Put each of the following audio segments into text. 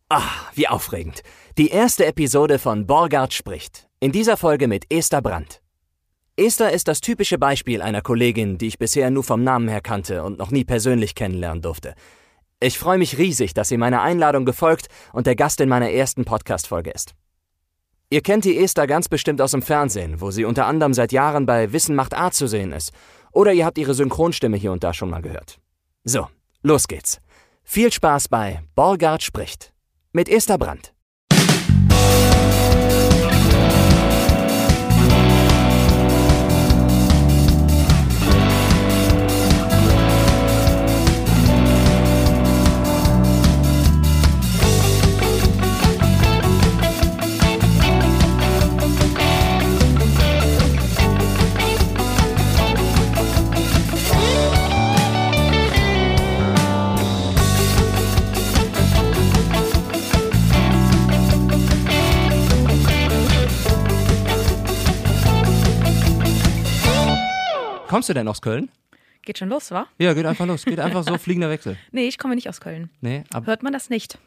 Wie aufregend. Die erste Episode von Borgard spricht. In dieser Folge mit Esther Brandt. Esther ist das typische Beispiel einer Kollegin, die ich bisher nur vom Namen her kannte und noch nie persönlich kennenlernen durfte. Ich freue mich riesig, dass sie meiner Einladung gefolgt und der Gast in meiner ersten Podcast-Folge ist. Ihr kennt die Esther ganz bestimmt aus dem Fernsehen, wo sie unter anderem seit Jahren bei Wissen macht A zu sehen ist. Oder ihr habt ihre Synchronstimme hier und da schon mal gehört. So, los geht's. Viel Spaß bei Borgard spricht. Mit Esther Brandt. Kommst du denn aus Köln? Geht schon los, wa? Ja, geht einfach los. Geht einfach so, fliegender Wechsel. Nee, ich komme nicht aus Köln. Nee, Hört man das nicht?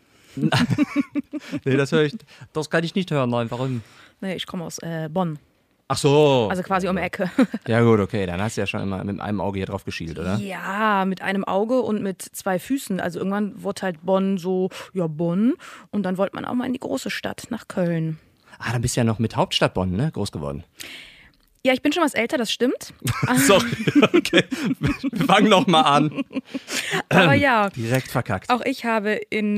Nee, das höre ich. Das kann ich nicht hören. Nein, warum? Nee, ich komme aus Bonn. Ach so. Also quasi um die Ecke. Ja gut, okay. Dann hast du ja schon immer mit einem Auge hier drauf geschielt, oder? Ja, mit einem Auge und mit 2 Füßen. Also irgendwann wurde halt Bonn so, ja Bonn. Und dann wollte man auch mal in die große Stadt, nach Köln. Dann bist du ja noch mit Hauptstadt Bonn, ne? Groß geworden. Ja, ich bin schon was älter, das stimmt. Sorry, okay. Wir fangen nochmal an. Aber ja. Direkt verkackt. Auch ich habe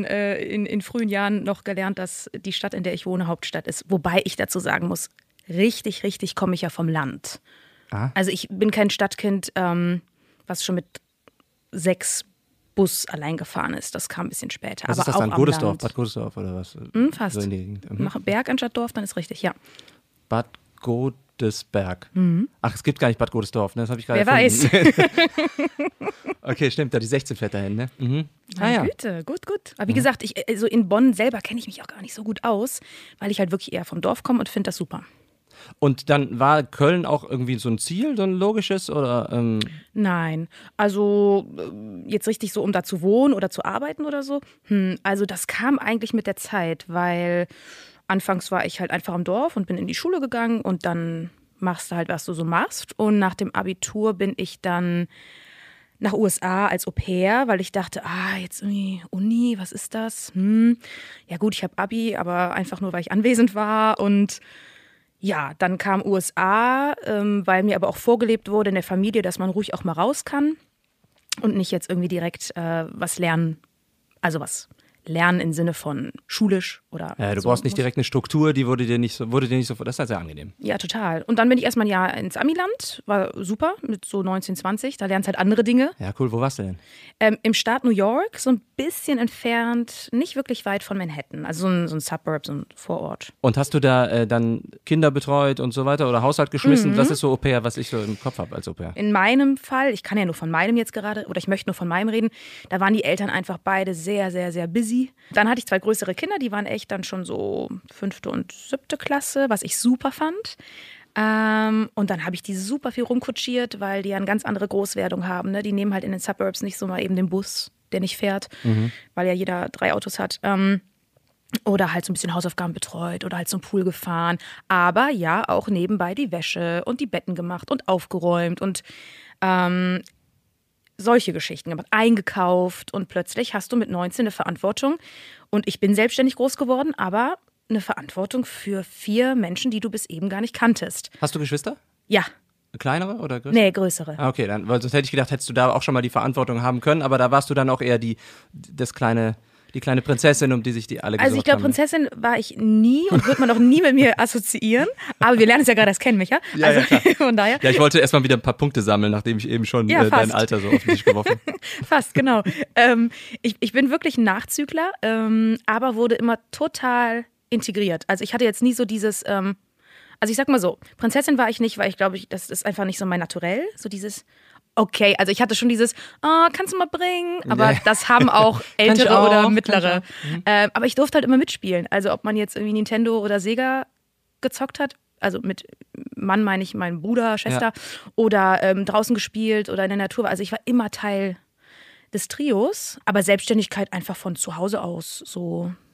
in frühen Jahren noch gelernt, dass die Stadt, in der ich wohne, Hauptstadt ist. Wobei ich dazu sagen muss, richtig komme ich ja vom Land. Also ich bin kein Stadtkind, was schon mit 6 Bus allein gefahren ist. Das kam ein bisschen später. Was aber ist das auch dann? am Godesdorf, Land. Bad Godesdorf oder was? Fast. So in die Gegend. Mach Berg anstatt Dorf, dann ist richtig, ja. Bad Godesberg. Ach, es gibt gar nicht Bad Godesdorf, ne? Das habe ich gerade Wer erfunden. Okay, stimmt, da die 16 fährt dahin, ne? Meine Güte, gut. Aber wie gesagt, also in Bonn selber kenne ich mich auch gar nicht so gut aus, weil ich halt wirklich eher vom Dorf komme und finde das super. Und dann war Köln auch irgendwie so ein Ziel, so ein logisches? Oder, Nein, also jetzt richtig so, um da zu wohnen oder zu arbeiten oder so. Also das kam eigentlich mit der Zeit, weil anfangs war ich halt einfach im Dorf und bin in die Schule gegangen und dann machst du halt, was du so machst. Und nach dem Abitur bin ich dann nach USA als Au-pair, weil ich dachte, jetzt irgendwie Uni, was ist das? Ja gut, ich habe Abi, aber einfach nur, weil ich anwesend war. Und ja, dann kam USA, weil mir aber auch vorgelebt wurde in der Familie, dass man ruhig auch mal raus kann und nicht jetzt irgendwie direkt was lernen, also was lernen im Sinne von schulisch oder du so. brauchst nicht direkt eine Struktur, die wurde dir nicht so, das ist halt sehr angenehm. Ja, total. Und dann bin ich erstmal ein Jahr ins Amiland, war super, mit so 19, 20, da lernst halt andere Dinge. Ja, cool, wo warst du denn? Im Staat New York, so ein bisschen entfernt, nicht wirklich weit von Manhattan, also so ein Suburb, so ein Vorort. Und hast du da dann Kinder betreut und so weiter oder Haushalt geschmissen? Das ist so Au-pair, was ich so im Kopf habe als Au-pair. In meinem Fall, ich kann ja nur von meinem jetzt gerade, oder ich möchte nur von meinem reden, da waren die Eltern einfach beide sehr, sehr, sehr busy. Dann hatte ich 2 größere Kinder, die waren echt dann schon so 5. und 7. Klasse, was ich super fand. Und dann habe ich die super viel rumkutschiert, weil die ja eine ganz andere Großwerdung haben. Ne? Die nehmen halt in den Suburbs nicht so mal eben den Bus, der nicht fährt, weil ja jeder 3 Autos hat. Oder halt so ein bisschen Hausaufgaben betreut oder halt zum Pool gefahren. Aber ja, auch nebenbei die Wäsche und die Betten gemacht und aufgeräumt und solche Geschichten gemacht, eingekauft und plötzlich hast du mit 19 eine Verantwortung und ich bin selbstständig groß geworden, aber eine Verantwortung für 4 Menschen, die du bis eben gar nicht kanntest. Hast du Geschwister? Ja. Kleinere oder größere? Nee, größere. Okay, dann, weil sonst hätte ich gedacht, hättest du da auch schon mal die Verantwortung haben können, aber da warst du dann auch eher die kleine Prinzessin, um die sich die alle gesorgt haben. Also ich glaube, Prinzessin war ich nie und wird man auch nie mit mir assoziieren. Aber wir lernen es ja gerade erst kennen, Micha. Ja, also, ja, klar. Von daher. Ja, ich wollte erstmal wieder ein paar Punkte sammeln, nachdem ich eben schon dein Alter so auf den Tisch geworfen habe. Fast, genau. Ich bin wirklich ein Nachzügler, aber wurde immer total integriert. Also ich hatte jetzt nie so dieses, also ich sag mal so, Prinzessin war ich nicht, weil ich glaube, das ist einfach nicht so mein Naturell. So dieses, okay, also ich hatte schon dieses, kannst du mal bringen? Aber das haben auch ältere oder mittlere. Aber ich durfte halt immer mitspielen. Also ob man jetzt irgendwie Nintendo oder Sega gezockt hat, also mit Mann meine ich meinen Bruder, Schwester, oder draußen gespielt oder in der Natur. Also ich war immer Teil des Trios, aber Selbstständigkeit einfach von zu Hause aus. So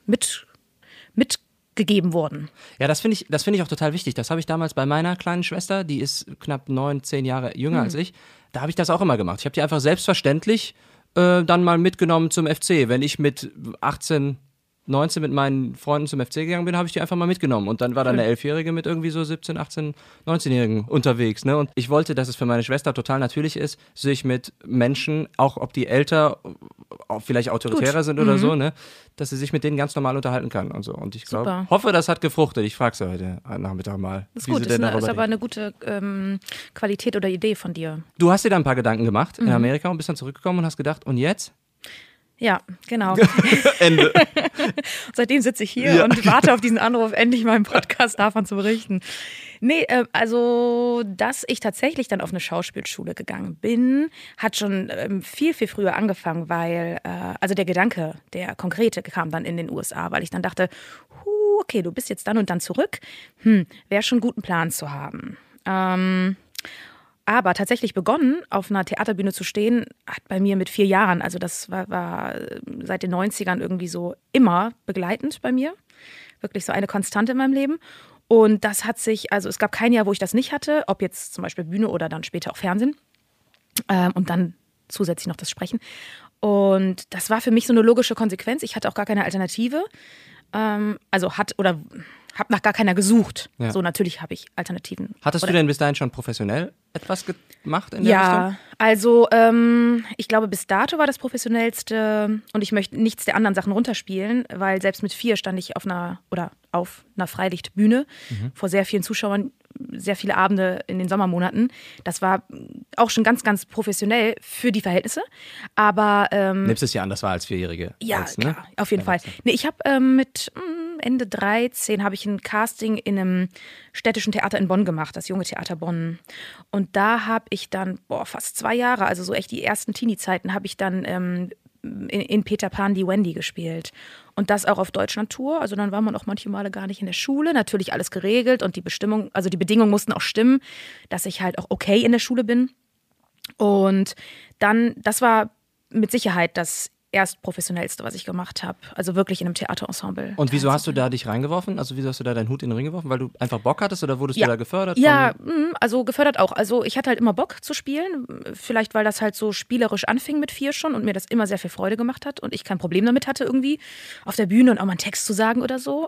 mitgegeben wurden. Ja, das finde ich auch total wichtig. Das habe ich damals bei meiner kleinen Schwester, die ist knapp 9, 10 Jahre jünger als ich. Da habe ich das auch immer gemacht. Ich habe die einfach selbstverständlich dann mal mitgenommen zum FC. Wenn ich mit 18, 19 mit meinen Freunden zum FC gegangen bin, habe ich die einfach mal mitgenommen. Und dann war dann eine 11-Jährige mit irgendwie so 17, 18, 19-Jährigen unterwegs. Ne? Und ich wollte, dass es für meine Schwester total natürlich ist, sich mit Menschen, auch ob die älter, auch vielleicht autoritärer sind oder so, ne? Dass sie sich mit denen ganz normal unterhalten kann und so. Und ich hoffe, das hat gefruchtet. Ich frage sie heute Nachmittag mal. Das ist gut, das ist aber eine gute Qualität oder Idee von dir. Du hast dir da ein paar Gedanken gemacht in Amerika und bist dann zurückgekommen und hast gedacht, und jetzt? Ja, genau. Ende. Seitdem sitze ich hier und warte auf diesen Anruf, endlich mal im Podcast davon zu berichten. Nee, also, dass ich tatsächlich dann auf eine Schauspielschule gegangen bin, hat schon viel, viel früher angefangen, weil, also der Gedanke, der konkrete kam dann in den USA, weil ich dann dachte, okay, du bist jetzt dann und dann zurück, wäre schon gut, einen Plan zu haben. Aber tatsächlich begonnen, auf einer Theaterbühne zu stehen, hat bei mir mit 4 Jahren, also das war seit den 90ern irgendwie so immer begleitend bei mir. Wirklich so eine Konstante in meinem Leben. Und das hat sich, also es gab kein Jahr, wo ich das nicht hatte, ob jetzt zum Beispiel Bühne oder dann später auch Fernsehen. Und dann zusätzlich noch das Sprechen. Und das war für mich so eine logische Konsequenz. Ich hatte auch gar keine Alternative. Habe nach gar keiner gesucht. Ja. So, natürlich habe ich Alternativen. Hattest du denn bis dahin schon professionell etwas gemacht in der Richtung? Ja, also ich glaube, bis dato war das professionellste und ich möchte nichts der anderen Sachen runterspielen, weil selbst mit 4 stand ich auf einer Freilichtbühne vor sehr vielen Zuschauern, sehr viele Abende in den Sommermonaten. Das war auch schon ganz, ganz professionell für die Verhältnisse. Aber nimmst es ja an, das war als 4-Jährige. Ja, klar, auf jeden Fall. Nee, ich habe mit Ende 13 habe ich ein Casting in einem städtischen Theater in Bonn gemacht, das Junge Theater Bonn. Und da habe ich dann, fast 2 Jahre, also so echt die ersten Teenie-Zeiten, habe ich dann in Peter Pan die Wendy gespielt. Und das auch auf Deutschland-Tour. Also dann war man auch manche Male gar nicht in der Schule. Natürlich alles geregelt und die Bedingungen mussten auch stimmen, dass ich halt auch okay in der Schule bin. Und dann, das war mit Sicherheit das erst professionellste, was ich gemacht habe. Also wirklich in einem Theaterensemble. Und wieso hast du da dich reingeworfen? Also wieso hast du da deinen Hut in den Ring geworfen? Weil du einfach Bock hattest oder wurdest du da gefördert? Ja, also gefördert auch. Also ich hatte halt immer Bock zu spielen. Vielleicht, weil das halt so spielerisch anfing mit 4 schon und mir das immer sehr viel Freude gemacht hat und ich kein Problem damit hatte irgendwie auf der Bühne und auch mal einen Text zu sagen oder so.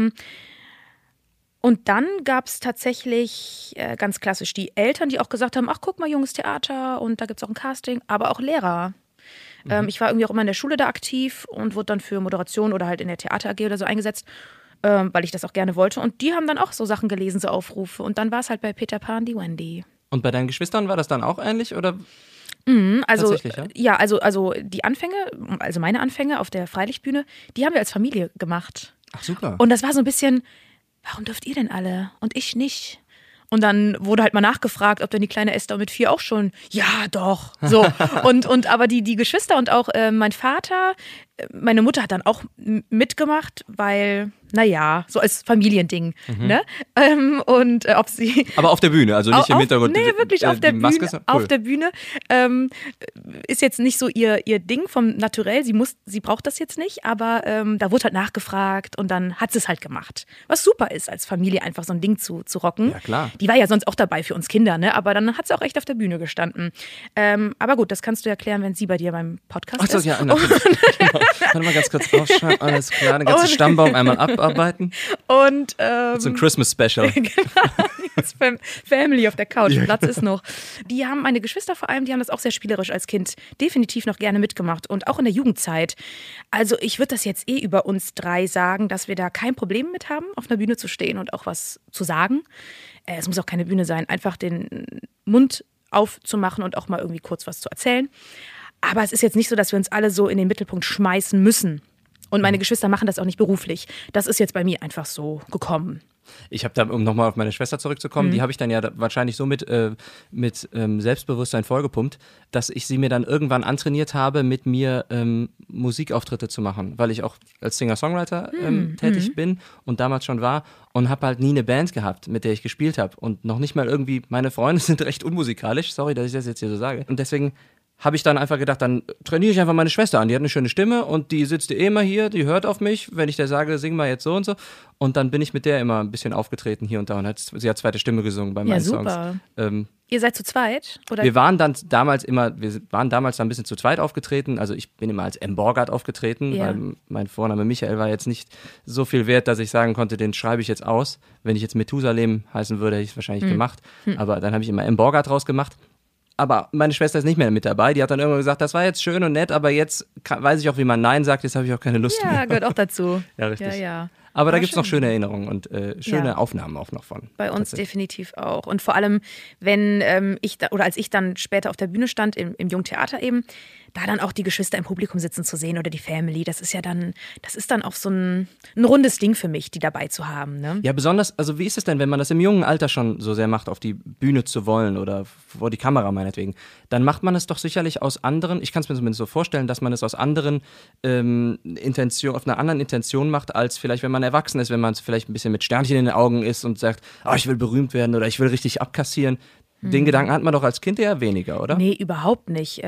Und dann gab es tatsächlich ganz klassisch die Eltern, die auch gesagt haben, ach guck mal, junges Theater und da gibt es auch ein Casting, aber auch Lehrer. Ich war irgendwie auch immer in der Schule da aktiv und wurde dann für Moderation oder halt in der Theater AG oder so eingesetzt, weil ich das auch gerne wollte. Und die haben dann auch so Sachen gelesen, so Aufrufe. Und dann war es halt bei Peter Pan die Wendy. Und bei deinen Geschwistern war das dann auch ähnlich, oder? Also, tatsächlich, ja? Also die Anfänge, also meine Anfänge auf der Freilichtbühne, die haben wir als Familie gemacht. Ach, super. Und das war so ein bisschen, warum dürft ihr denn alle und ich nicht? Und dann wurde halt mal nachgefragt, ob denn die kleine Esther mit 4 auch schon, ja doch, so. Aber die Geschwister und auch mein Vater, meine Mutter hat dann auch mitgemacht, weil, naja, so als Familiending, ne? Ob sie... Aber auf der Bühne, also nicht im Hintergrund. Nee, wirklich auf der Bühne. Cool. Auf der Bühne. Ist jetzt nicht so ihr Ding vom Naturell, sie braucht das jetzt nicht, aber da wurde halt nachgefragt und dann hat sie es halt gemacht. Was super ist, als Familie einfach so ein Ding zu rocken. Ja, klar. Die war ja sonst auch dabei für uns Kinder, ne? Aber dann hat sie auch echt auf der Bühne gestanden. Aber gut, das kannst du erklären, wenn sie bei dir beim Podcast ist. Ach so, ja, natürlich. Warte mal ganz kurz aufschreiben, alles klar, den ganzen Stammbaum einmal abarbeiten. Und so ein Christmas-Special. Genau, Family auf der Couch, ja. Platz ist noch. Die haben, meine Geschwister vor allem, die haben das auch sehr spielerisch als Kind definitiv noch gerne mitgemacht und auch in der Jugendzeit. Also ich würde das jetzt über uns 3 sagen, dass wir da kein Problem mit haben, auf einer Bühne zu stehen und auch was zu sagen. Es muss auch keine Bühne sein, einfach den Mund aufzumachen und auch mal irgendwie kurz was zu erzählen. Aber es ist jetzt nicht so, dass wir uns alle so in den Mittelpunkt schmeißen müssen. Und meine Geschwister machen das auch nicht beruflich. Das ist jetzt bei mir einfach so gekommen. Ich habe da, um nochmal auf meine Schwester zurückzukommen, die habe ich dann ja wahrscheinlich so mit Selbstbewusstsein vollgepumpt, dass ich sie mir dann irgendwann antrainiert habe, mit mir Musikauftritte zu machen, weil ich auch als Singer-Songwriter tätig bin und damals schon war und habe halt nie eine Band gehabt, mit der ich gespielt habe und noch nicht mal irgendwie, meine Freunde sind recht unmusikalisch, sorry, dass ich das jetzt hier so sage und deswegen habe ich dann einfach gedacht, dann trainiere ich einfach meine Schwester an. Die hat eine schöne Stimme und die sitzt immer hier, die hört auf mich, wenn ich der sage, sing mal jetzt so und so. Und dann bin ich mit der immer ein bisschen aufgetreten hier und da und sie hat zweite Stimme gesungen bei meinen super. Songs. Ihr seid zu zweit? Oder? Wir waren damals dann ein bisschen zu zweit aufgetreten. Also ich bin immer als M. Borgert aufgetreten, weil mein Vorname Michael war jetzt nicht so viel wert, dass ich sagen konnte, den schreibe ich jetzt aus. Wenn ich jetzt Methusalem heißen würde, hätte ich es wahrscheinlich gemacht. Aber dann habe ich immer M. Borgert draus gemacht. Aber meine Schwester ist nicht mehr mit dabei. Die hat dann irgendwann gesagt, das war jetzt schön und nett, aber jetzt weiß ich auch, wie man Nein sagt. Jetzt habe ich auch keine Lust mehr. Ja, gehört auch dazu. Ja, richtig. Ja. Aber da gibt es noch schöne Erinnerungen und schöne Aufnahmen auch noch von. Bei uns definitiv auch. Und vor allem, wenn als ich dann später auf der Bühne stand, im Jungtheater eben, da dann auch die Geschwister im Publikum sitzen zu sehen oder die Family, das ist dann auch so ein rundes Ding für mich, die dabei zu haben. Ne? Ja, besonders, also wie ist es denn, wenn man das im jungen Alter schon so sehr macht, auf die Bühne zu wollen oder vor die Kamera meinetwegen, dann macht man es doch sicherlich aus anderen, ich kann es mir zumindest so vorstellen, dass man es aus anderen auf einer anderen Intention macht, als vielleicht, wenn man erwachsen ist, wenn man vielleicht ein bisschen mit Sternchen in den Augen ist und sagt, ich will berühmt werden oder ich will richtig abkassieren. Den Gedanken hat man doch als Kind eher weniger, oder? Nee, überhaupt nicht.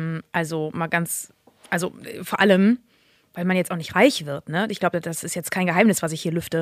Vor allem, weil man jetzt auch nicht reich wird. Ne? Ich glaube, das ist jetzt kein Geheimnis, was ich hier lüfte.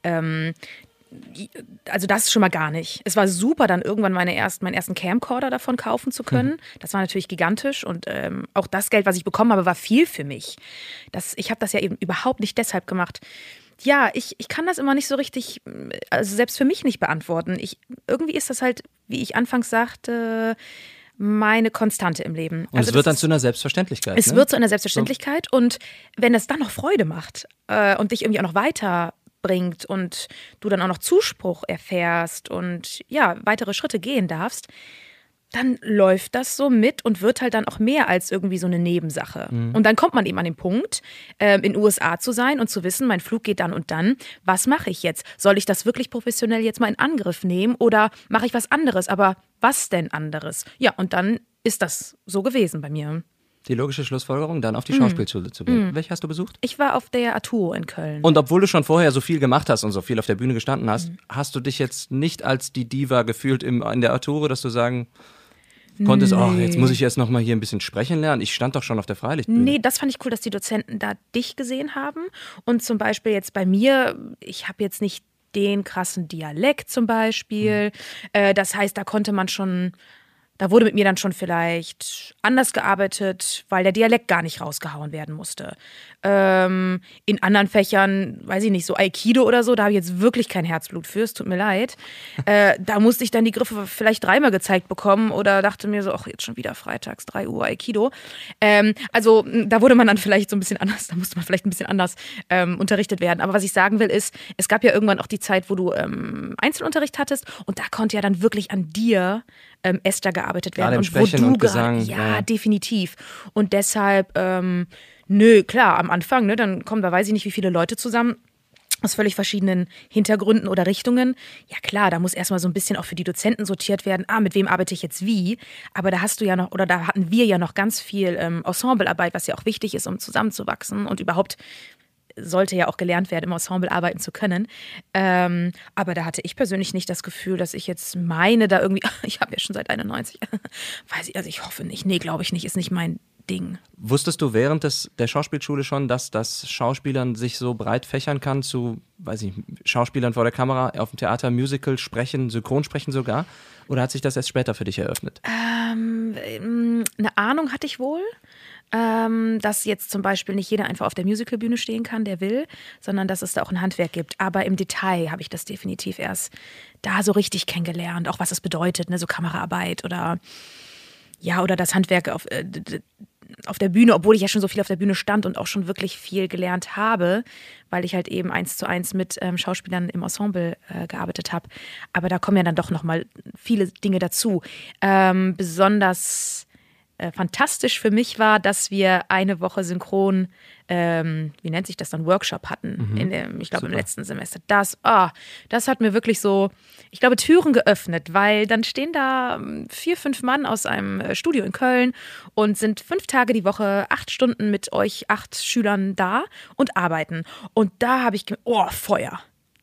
Also das schon mal gar nicht. Es war super, dann irgendwann meinen ersten Camcorder davon kaufen zu können. Das war natürlich gigantisch und auch das Geld, was ich bekommen habe, war viel für mich. Ich habe das ja eben überhaupt nicht deshalb gemacht. Ja, ich kann das immer nicht so richtig, also selbst für mich nicht beantworten. Irgendwie ist das halt, wie ich anfangs sagte, meine Konstante im Leben. Und es wird dann zu einer Selbstverständlichkeit. Es wird zu einer Selbstverständlichkeit und wenn es dann noch Freude macht und dich irgendwie auch noch weiterbringt und du dann auch noch Zuspruch erfährst und ja, weitere Schritte gehen darfst, dann läuft das so mit und wird halt dann auch mehr als irgendwie so eine Nebensache. Und dann kommt man eben an den Punkt, in den USA zu sein und zu wissen, mein Flug geht dann und dann. Was mache ich jetzt? Soll ich das wirklich professionell jetzt mal in Angriff nehmen oder mache ich was anderes? Aber was denn anderes? Ja, und dann ist das so gewesen bei mir. Die logische Schlussfolgerung, dann auf die Schauspielschule zu gehen. Welche hast du besucht? Ich war auf der Arturo in Köln. Und obwohl du schon vorher so viel gemacht hast und so viel auf der Bühne gestanden hast, hast du dich jetzt nicht als die Diva gefühlt in der Arturo, dass du sagen konntest, jetzt muss ich erst noch mal hier ein bisschen sprechen lernen. Ich stand doch schon auf der Freilichtbühne. Nee, das fand ich cool, dass die Dozenten da dich gesehen haben. Und zum Beispiel jetzt bei mir, ich habe jetzt nicht den krassen Dialekt zum Beispiel. Das heißt, da wurde mit mir dann schon vielleicht anders gearbeitet, weil der Dialekt gar nicht rausgehauen werden musste. In anderen Fächern, weiß ich nicht, so Aikido oder so, da habe ich jetzt wirklich kein Herzblut für, es tut mir leid. Da musste ich dann die Griffe vielleicht 3-mal gezeigt bekommen oder dachte mir so, jetzt schon wieder freitags, 3 Uhr Aikido. Also da wurde man dann vielleicht so ein bisschen anders, da musste man vielleicht ein bisschen anders unterrichtet werden. Aber was ich sagen will ist, es gab ja irgendwann auch die Zeit, wo du Einzelunterricht hattest und da konnte ja dann wirklich an dir Esther gearbeitet werden. Gerade im Sprechen und Gesang. Ja, definitiv. Und deshalb, klar, am Anfang, ne, dann kommen da weiß ich nicht, wie viele Leute zusammen aus völlig verschiedenen Hintergründen oder Richtungen. Ja klar, da muss erstmal so ein bisschen auch für die Dozenten sortiert werden, mit wem arbeite ich jetzt wie. Aber da hast du ja noch, oder da hatten wir ja noch ganz viel Ensemblearbeit, was ja auch wichtig ist, um zusammenzuwachsen und überhaupt sollte ja auch gelernt werden, im Ensemble arbeiten zu können. Aber da hatte ich persönlich nicht das Gefühl, dass ich jetzt meine, da irgendwie, ich habe ja schon seit 91, ich hoffe nicht. Nee, glaube ich nicht, ist nicht mein Ding. Wusstest du während der Schauspielschule schon, dass das Schauspielern sich so breit fächern kann zu, Schauspielern vor der Kamera, auf dem Theater, Musical sprechen, Synchronsprechen sogar? Oder hat sich das erst später für dich eröffnet? Eine Ahnung hatte ich wohl. Dass jetzt zum Beispiel nicht jeder einfach auf der Musicalbühne stehen kann, der will, sondern dass es da auch ein Handwerk gibt. Aber im Detail habe ich das definitiv erst da so richtig kennengelernt, auch was es bedeutet, ne, so Kameraarbeit oder das Handwerk auf der Bühne, obwohl ich ja schon so viel auf der Bühne stand und auch schon wirklich viel gelernt habe, weil ich halt eben 1:1 mit Schauspielern im Ensemble gearbeitet habe. Aber da kommen ja dann doch nochmal viele Dinge dazu. Besonders fantastisch für mich war, dass wir eine Woche synchron, wie nennt sich das dann, Workshop hatten, ich glaube im letzten Semester. Das hat mir wirklich so, ich glaube, Türen geöffnet, weil dann stehen da 4-5 Mann aus einem Studio in Köln und sind 5 Tage die Woche 8 Stunden mit euch 8 Schülern da und arbeiten. Und da habe ich Feuer.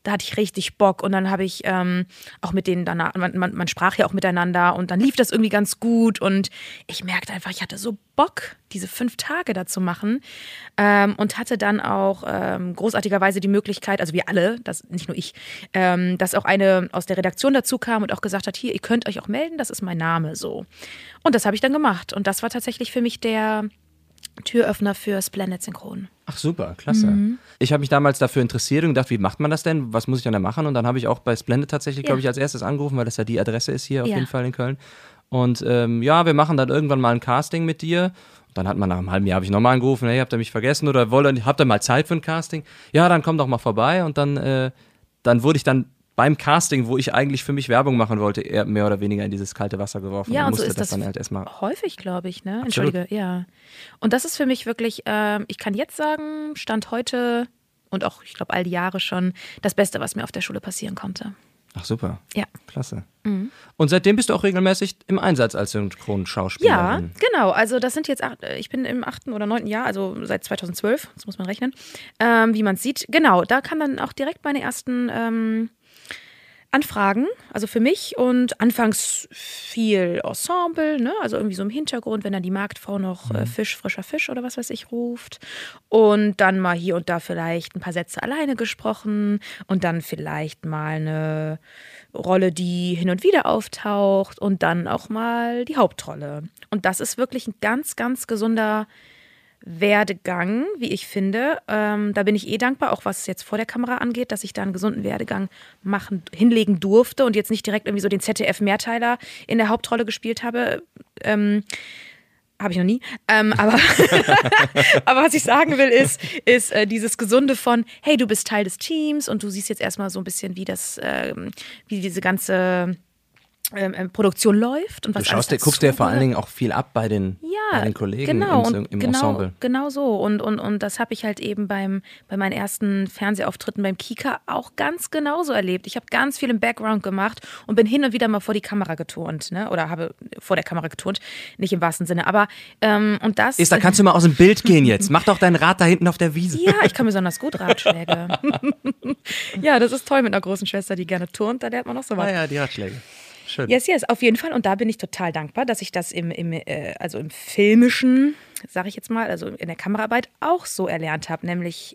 da hatte ich richtig Bock und dann habe ich auch mit denen danach, man sprach ja auch miteinander und dann lief das irgendwie ganz gut und ich merkte einfach, ich hatte so Bock, diese 5 Tage da zu machen und hatte dann auch großartigerweise die Möglichkeit, also wir alle, nicht nur ich, dass auch eine aus der Redaktion dazu kam und auch gesagt hat, hier, ihr könnt euch auch melden, das ist mein Name so. Und das habe ich dann gemacht und das war tatsächlich für mich der Türöffner für Splendid Synchron. Ach super, klasse. Ich habe mich damals dafür interessiert und gedacht, wie macht man das denn? Was muss ich denn da machen? Und dann habe ich auch bei Splendid tatsächlich, glaube ich, als erstes angerufen, weil das ja die Adresse ist hier auf jeden Fall in Köln. Und wir machen dann irgendwann mal ein Casting mit dir. Und dann hat man nach einem halben Jahr, habe ich nochmal angerufen, hey, habt ihr mich vergessen oder habt ihr mal Zeit für ein Casting? Ja, dann komm doch mal vorbei. Und dann wurde ich dann beim Casting, wo ich eigentlich für mich Werbung machen wollte, eher mehr oder weniger in dieses kalte Wasser geworfen. Ja, und so musste ist das dann halt erstmal häufig, glaube ich, ne? Absolut. Entschuldige, ja. Und das ist für mich wirklich, ich kann jetzt sagen, Stand heute und auch, ich glaube, all die Jahre schon, das Beste, was mir auf der Schule passieren konnte. Ach super, Ja. klasse. Und seitdem bist du auch regelmäßig im Einsatz als Synchronschauspielerin. Ja, genau. Also das sind jetzt, ich bin im 8. oder 9. Jahr, also seit 2012, das muss man rechnen, wie man es sieht. Genau, da kamen dann auch direkt meine ersten Anfragen, also für mich und anfangs viel Ensemble, ne? Also irgendwie so im Hintergrund, wenn dann die Marktfrau noch frischer Fisch oder was weiß ich ruft und dann mal hier und da vielleicht ein paar Sätze alleine gesprochen und dann vielleicht mal eine Rolle, die hin und wieder auftaucht und dann auch mal die Hauptrolle. Und das ist wirklich ein ganz, ganz gesunder Werdegang, wie ich finde. Da bin ich dankbar, auch was jetzt vor der Kamera angeht, dass ich da einen gesunden Werdegang hinlegen durfte und jetzt nicht direkt irgendwie so den ZDF-Mehrteiler in der Hauptrolle gespielt habe. Habe ich noch nie. Aber was ich sagen will, ist dieses Gesunde von, hey, du bist Teil des Teams und du siehst jetzt erstmal so ein bisschen, wie diese ganze Produktion läuft und was Guckst dir vor allen Dingen auch viel ab bei den Kollegen im Ensemble. Genau so. Und das habe ich halt eben bei meinen ersten Fernsehauftritten beim Kika auch ganz genauso erlebt. Ich habe ganz viel im Background gemacht und bin hin und wieder mal vor die Kamera geturnt, ne? Oder habe vor der Kamera geturnt, nicht im wahrsten Sinne. Aber und das. Da kannst du mal aus dem Bild gehen jetzt. Mach doch dein Rad da hinten auf der Wiese. Ja, ich kann besonders gut Ratschläge. Ja, das ist toll mit einer großen Schwester, die gerne turnt. Da lernt man noch so was. Ah ja, die Ratschläge. Schön. Yes, auf jeden Fall. Und da bin ich total dankbar, dass ich das im Filmischen, sage ich jetzt mal, also in der Kameraarbeit auch so erlernt habe. Nämlich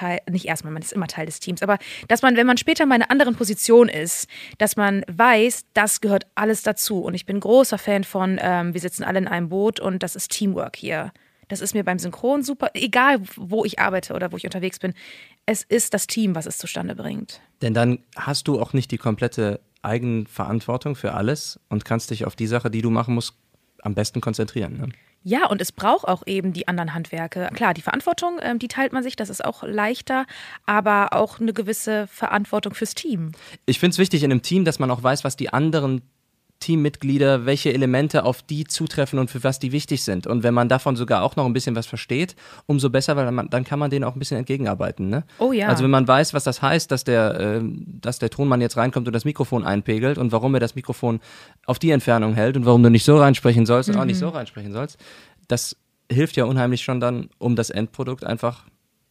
man ist immer Teil des Teams, aber dass man, wenn man später mal in einer anderen Position ist, dass man weiß, das gehört alles dazu. Und ich bin großer Fan von, wir sitzen alle in einem Boot und das ist Teamwork hier. Das ist mir beim Synchron super, egal wo ich arbeite oder wo ich unterwegs bin. Es ist das Team, was es zustande bringt. Denn dann hast du auch nicht die komplette Eigenverantwortung für alles und kannst dich auf die Sache, die du machen musst, am besten konzentrieren. Ne? Ja, und es braucht auch eben die anderen Handwerke. Klar, die Verantwortung, die teilt man sich, das ist auch leichter, aber auch eine gewisse Verantwortung fürs Team. Ich finde es wichtig in einem Team, dass man auch weiß, was die anderen Teammitglieder, welche Elemente auf die zutreffen und für was die wichtig sind. Und wenn man davon sogar auch noch ein bisschen was versteht, umso besser, weil dann kann man denen auch ein bisschen entgegenarbeiten. Ne? Oh ja. Also wenn man weiß, was das heißt, dass der Tonmann jetzt reinkommt und das Mikrofon einpegelt und warum er das Mikrofon auf die Entfernung hält und warum du nicht so reinsprechen sollst und auch nicht so reinsprechen sollst, das hilft ja unheimlich schon dann, um das Endprodukt einfach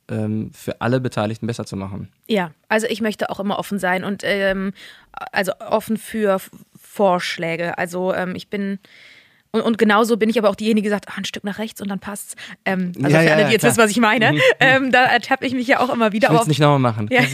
für alle Beteiligten besser zu machen. Ja, also ich möchte auch immer offen sein und also offen für Vorschläge. Also ich bin und genauso bin ich aber auch diejenige, die sagt, ein Stück nach rechts und dann passt's. Also für alle, die jetzt wissen, was ich meine, da ertappe ich mich ja auch immer wieder. Ich will es nicht nochmal machen. Ja.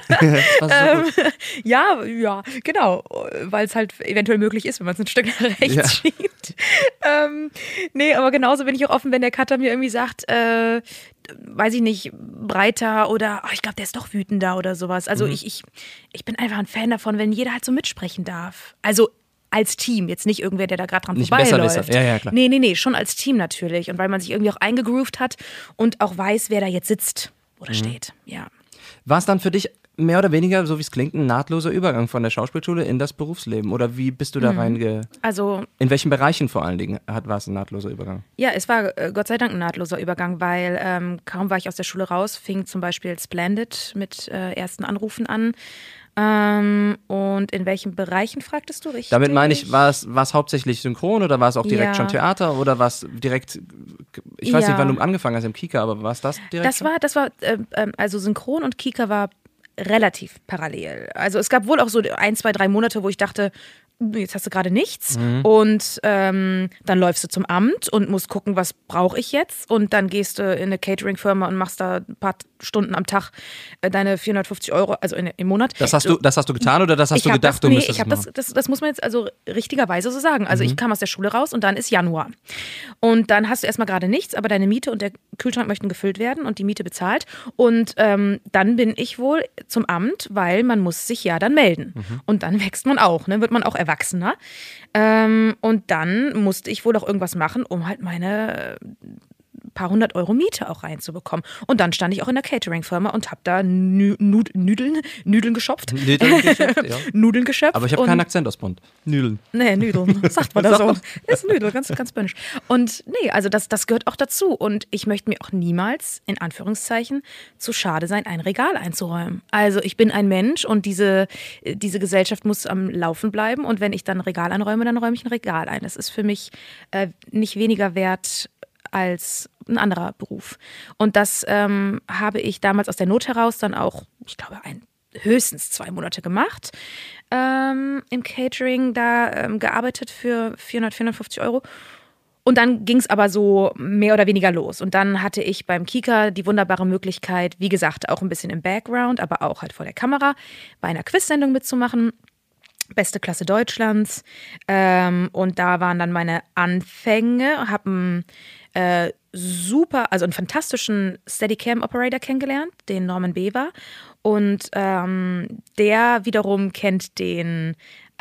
Ja, genau, weil es halt eventuell möglich ist, wenn man es ein Stück nach rechts schiebt. Nee, aber genauso bin ich auch offen, wenn der Cutter mir irgendwie sagt, weiß ich nicht, breiter oder ich glaube, der ist doch wütender oder sowas. Also ich bin einfach ein Fan davon, wenn jeder halt so mitsprechen darf. Also als Team, jetzt nicht irgendwer, der da gerade dran vorbeiläuft. Ja, klar. Nee, schon als Team natürlich. Und weil man sich irgendwie auch eingegroovt hat und auch weiß, wer da jetzt sitzt oder steht. Ja. War es dann für dich mehr oder weniger, so wie es klingt, ein nahtloser Übergang von der Schauspielschule in das Berufsleben? Oder wie bist du da Also in welchen Bereichen vor allen Dingen war es ein nahtloser Übergang? Ja, es war Gott sei Dank ein nahtloser Übergang, weil kaum war ich aus der Schule raus, fing zum Beispiel Splendid mit ersten Anrufen an. Und in welchen Bereichen fragtest du richtig? Damit meine ich, war es hauptsächlich synchron oder war es auch direkt schon Theater oder war es direkt, ich weiß nicht, wann du angefangen hast im Kika, aber war es das direkt? Das war also synchron und Kika war relativ parallel. Also es gab wohl auch so 1, 2, 3 Monate, wo ich dachte, jetzt hast du gerade nichts und dann läufst du zum Amt und musst gucken, was brauche ich jetzt, und dann gehst du in eine Catering-Firma und machst da ein paar Stunden am Tag deine 450 €, also im Monat. Das hast du getan oder das hast du gedacht, du müsstest es machen? Das muss man jetzt also richtigerweise so sagen. Also ich kam aus der Schule raus und dann ist Januar. Und dann hast du erstmal gerade nichts, aber deine Miete und der Kühlschrank möchten gefüllt werden und die Miete bezahlt. Und dann bin ich wohl zum Amt, weil man muss sich ja dann melden. Und dann wächst man auch, ne? Wird man auch erwachsener. Und dann musste ich wohl auch irgendwas machen, um halt meine paar 100 € Miete auch reinzubekommen. Und dann stand ich auch in der Catering-Firma und habe da Nudeln geschöpft. Nudeln geschöpft. Aber ich habe keinen Akzent aus Bonn. Nudeln. Nee, Nudeln, sagt man da so. Ist Nudel, ganz, ganz bönisch. Und nee, also das gehört auch dazu. Und ich möchte mir auch niemals, in Anführungszeichen, zu schade sein, ein Regal einzuräumen. Also ich bin ein Mensch und diese Gesellschaft muss am Laufen bleiben. Und wenn ich dann ein Regal einräume, dann räume ich ein Regal ein. Das ist für mich nicht weniger wert als ein anderer Beruf. Und das habe ich damals aus der Not heraus dann auch, ich glaube, höchstens 2 Monate gemacht. Im Catering da gearbeitet für 450 €. Und dann ging es aber so mehr oder weniger los. Und dann hatte ich beim Kika die wunderbare Möglichkeit, wie gesagt, auch ein bisschen im Background, aber auch halt vor der Kamera, bei einer Quiz-Sendung mitzumachen. Beste Klasse Deutschlands. Und da waren dann meine Anfänge, habe einen fantastischen Steadicam-Operator kennengelernt, den Norman Bever. Und der wiederum kennt den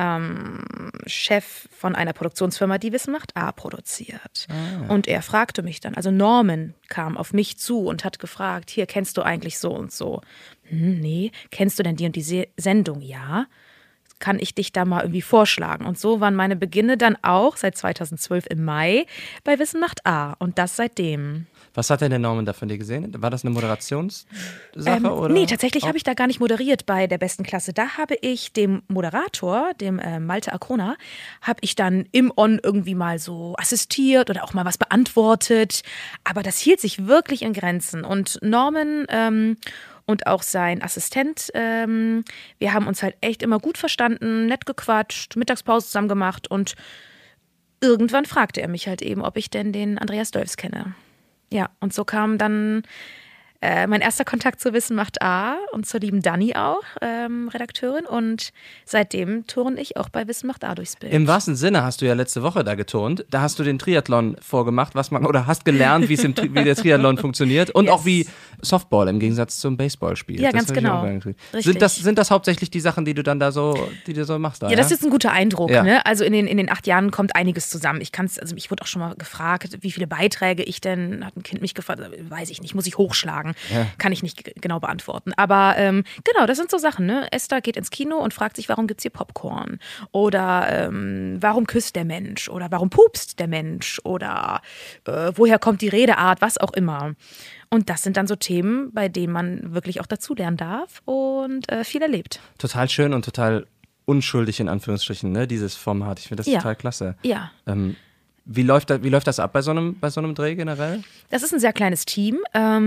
Chef von einer Produktionsfirma, die Wissen macht A produziert. Und er fragte mich dann, also Norman kam auf mich zu und hat gefragt, hier, kennst du eigentlich so und so? Nee, kennst du denn die und die Sendung? Ja. Kann ich dich da mal irgendwie vorschlagen? Und so waren meine Beginne dann auch seit 2012 im Mai bei Wissen macht A. Und das seitdem. Was hat denn der Norman da von dir gesehen? War das eine Moderationssache? Oder? Nee, tatsächlich habe ich da gar nicht moderiert bei der besten Klasse. Da habe ich dem Moderator, dem Malte Acrona, habe ich dann im On irgendwie mal so assistiert oder auch mal was beantwortet. Aber das hielt sich wirklich in Grenzen. Und Norman und auch sein Assistent, wir haben uns halt echt immer gut verstanden, nett gequatscht, Mittagspause zusammen gemacht und irgendwann fragte er mich halt eben, ob ich denn den Andreas Dölfs kenne. Ja, und so kam dann mein erster Kontakt zu Wissen macht A und zur lieben Dani auch, Redakteurin. Und seitdem turne ich auch bei Wissen macht A durchs Bild. Im wahrsten Sinne hast du ja letzte Woche da geturnt. Da hast du den Triathlon vorgemacht, hast gelernt, wie der Triathlon funktioniert und auch wie Softball im Gegensatz zum Baseballspiel. Ja, ganz genau. Sind das hauptsächlich die Sachen, die du dann da so machst? Ja, das ist ein guter Eindruck. Ja. Ne? Also in den 8 Jahren kommt einiges zusammen. Ich wurde auch schon mal gefragt, wie viele Beiträge ich denn, hat ein Kind mich gefragt, weiß ich nicht, muss ich hochschlagen. Ja. Kann ich nicht genau beantworten. Aber genau, das sind so Sachen. Ne? Esther geht ins Kino und fragt sich, warum gibt es hier Popcorn? Oder warum küsst der Mensch? Oder warum pupst der Mensch? Oder woher kommt die Redeart? Was auch immer. Und das sind dann so Themen, bei denen man wirklich auch dazulernen darf und viel erlebt. Total schön und total unschuldig in Anführungsstrichen, ne? Dieses Format. Ich finde das total klasse. Ja. Wie läuft das ab bei so einem Dreh generell? Das ist ein sehr kleines Team.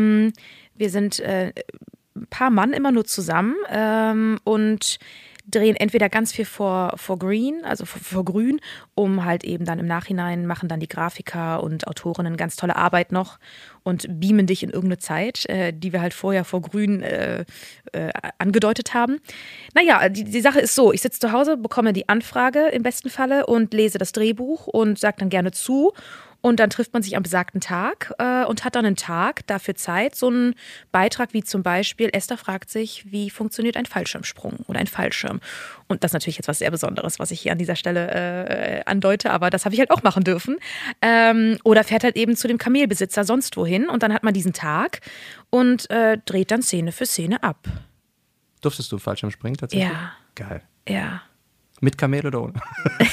Wir sind ein paar Mann immer nur zusammen und drehen entweder ganz viel vor Green, also vor Grün, um halt eben dann im Nachhinein machen dann die Grafiker und Autorinnen ganz tolle Arbeit noch und beamen dich in irgendeine Zeit, die wir halt vorher vor Grün angedeutet haben. Naja, die Sache ist so, ich sitze zu Hause, bekomme die Anfrage im besten Falle und lese das Drehbuch und sage dann gerne zu. Und dann trifft man sich am besagten Tag und hat dann einen Tag dafür Zeit, so einen Beitrag wie zum Beispiel, Esther fragt sich, wie funktioniert ein Fallschirmsprung oder ein Fallschirm. Und das ist natürlich jetzt was sehr Besonderes, was ich hier an dieser Stelle andeute, aber das habe ich halt auch machen dürfen. Oder fährt halt eben zu dem Kamelbesitzer sonst wohin und dann hat man diesen Tag und dreht dann Szene für Szene ab. Durftest du Fallschirmspringen tatsächlich? Ja. Geil. Ja. Mit Kamel oder ohne?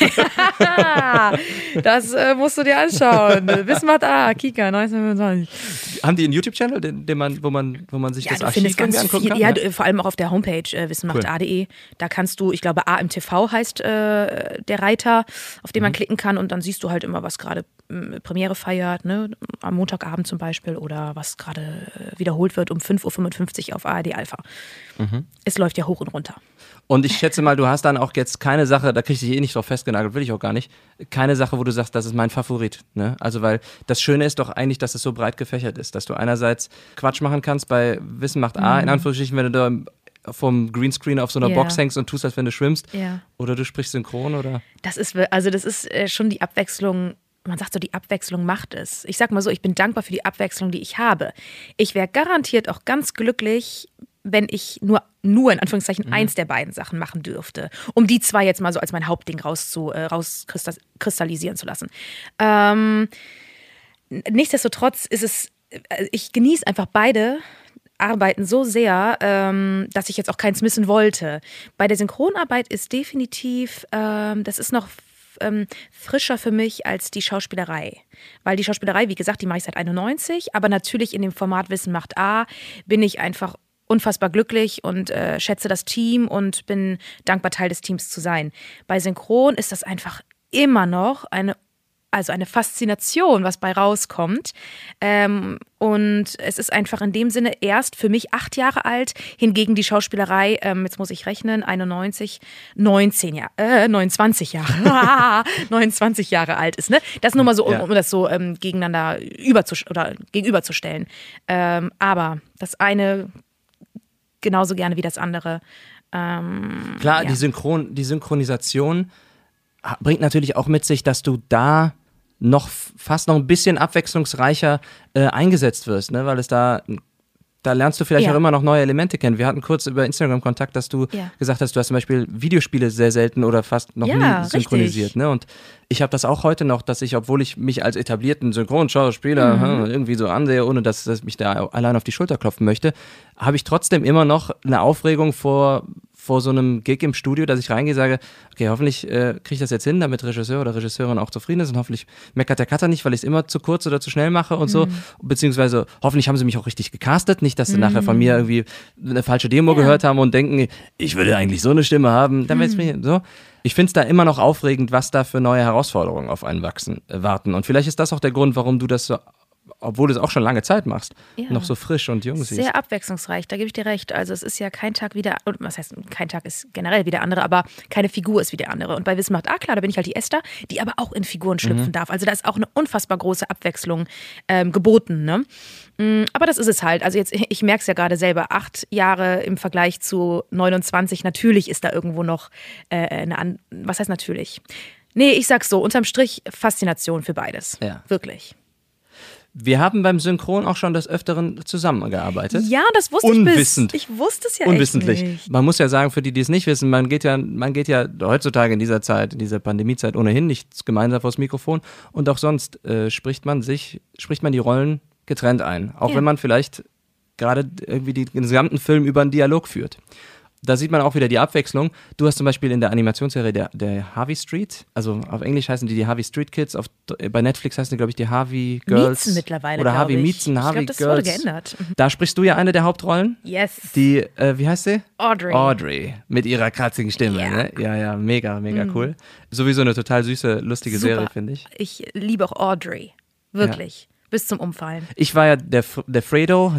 Das musst du dir anschauen. Wissen macht A, Kika, 1925. Haben die einen YouTube-Channel, wo man sich das Archiv ganz angucken kann? Ja, vor allem auch auf der Homepage wissenmacht.de. Da kannst du, ich glaube, A im TV heißt der Reiter, auf den man klicken kann und dann siehst du halt immer, was gerade Premiere feiert, ne, am Montagabend zum Beispiel oder was gerade wiederholt wird um 5:55 Uhr auf ARD Alpha. Es läuft ja hoch und runter. Und ich schätze mal, du hast dann auch jetzt keine Sache, da krieg ich dich eh nicht drauf festgenagelt, will ich auch gar nicht, keine Sache, wo du sagst, das ist mein Favorit. Ne? Also weil das Schöne ist doch eigentlich, dass es so breit gefächert ist, dass du einerseits Quatsch machen kannst bei Wissen macht A, in Anführungsstrichen, wenn du da vom Greenscreen auf so einer Box hängst und tust, als wenn du schwimmst. Ja. Oder du sprichst synchron oder? Das ist schon die Abwechslung. Man sagt so, die Abwechslung macht es. Ich sag mal so, ich bin dankbar für die Abwechslung, die ich habe. Ich wäre garantiert auch ganz glücklich, wenn ich nur in Anführungszeichen eins der beiden Sachen machen dürfte, um die zwei jetzt mal so als mein Hauptding rauskristallisieren zu lassen. Nichtsdestotrotz ist es, ich genieße einfach beide Arbeiten so sehr, dass ich jetzt auch keins missen wollte. Bei der Synchronarbeit ist definitiv, das ist noch frischer für mich als die Schauspielerei. Weil die Schauspielerei, wie gesagt, die mache ich seit 91, aber natürlich in dem Format Wissen macht A bin ich einfach unfassbar glücklich und schätze das Team und bin dankbar, Teil des Teams zu sein. Bei Synchron ist das einfach immer noch eine Faszination, was bei rauskommt. Und es ist einfach in dem Sinne erst für mich 8 Jahre alt, hingegen die Schauspielerei, jetzt muss ich rechnen, 29 Jahre 29 Jahre alt ist. Ne? Das nur mal so, um das so gegenüberzustellen. Aber das eine genauso gerne wie das andere. Klar, die Synchronisation bringt natürlich auch mit sich, dass du da fast noch ein bisschen abwechslungsreicher eingesetzt wirst, ne? Weil es da lernst du vielleicht auch immer noch neue Elemente kennen. Wir hatten kurz über Instagram Kontakt, dass du gesagt hast, du hast zum Beispiel Videospiele sehr selten oder fast noch nie synchronisiert. Ne? Und ich habe das auch heute noch, dass ich, obwohl ich mich als etablierten Synchronschauspieler irgendwie so ansehe, ohne dass mich da allein auf die Schulter klopfen möchte, habe ich trotzdem immer noch eine Aufregung vor so einem Gig im Studio, dass ich reingehe und sage, okay, hoffentlich kriege ich das jetzt hin, damit Regisseur oder Regisseurin auch zufrieden ist und hoffentlich meckert der Cutter nicht, weil ich es immer zu kurz oder zu schnell mache und so, beziehungsweise hoffentlich haben sie mich auch richtig gecastet, nicht, dass sie nachher von mir irgendwie eine falsche Demo gehört haben und denken, ich würde eigentlich so eine Stimme haben, dann wäre es mir so. Ich finde es da immer noch aufregend, was da für neue Herausforderungen auf einen warten und vielleicht ist das auch der Grund, warum du das so, obwohl du es auch schon lange Zeit machst, noch so frisch und jung siehst. Sehr abwechslungsreich, da gebe ich dir recht. Also es ist ja kein Tag wie der, was heißt, kein Tag ist generell wie der andere, aber keine Figur ist wie der andere. Und bei Wissen macht A, klar, da bin ich halt die Esther, die aber auch in Figuren schlüpfen darf. Also da ist auch eine unfassbar große Abwechslung geboten, ne? Aber das ist es halt. Also jetzt, ich merke es ja gerade selber, 8 Jahre im Vergleich zu 29, natürlich ist da irgendwo noch was heißt natürlich? Nee, ich sag's so, unterm Strich Faszination für beides. Ja. Wirklich. Wir haben beim Synchron auch schon des Öfteren zusammengearbeitet. Ja, das wusste Unwissend. ich wusste es ja Unwissentlich. echt nicht. Man muss ja sagen, für die, die es nicht wissen, man geht ja heutzutage in dieser Zeit, in dieser Pandemiezeit ohnehin nicht gemeinsam vors Mikrofon und auch sonst spricht man die Rollen getrennt ein. Auch wenn man vielleicht gerade irgendwie den gesamten Film über einen Dialog führt. Da sieht man auch wieder die Abwechslung. Du hast zum Beispiel in der Animationsserie der Harvey Street, also auf Englisch heißen die Harvey Street Kids, bei Netflix heißen die, glaube ich, die Harvey Girls. Miezen mittlerweile, oder Harvey Miezen, Harvey Girls. Ich glaube, das wurde geändert. Da sprichst du ja eine der Hauptrollen. Yes. Die, wie heißt sie? Audrey. Mit ihrer kratzigen Stimme. Yeah. Ne? Ja, mega cool. Sowieso eine total süße, lustige Super. Serie, finde ich. Ich liebe auch Audrey. Wirklich. Ja. Bis zum Umfallen. Ich war ja der Fredo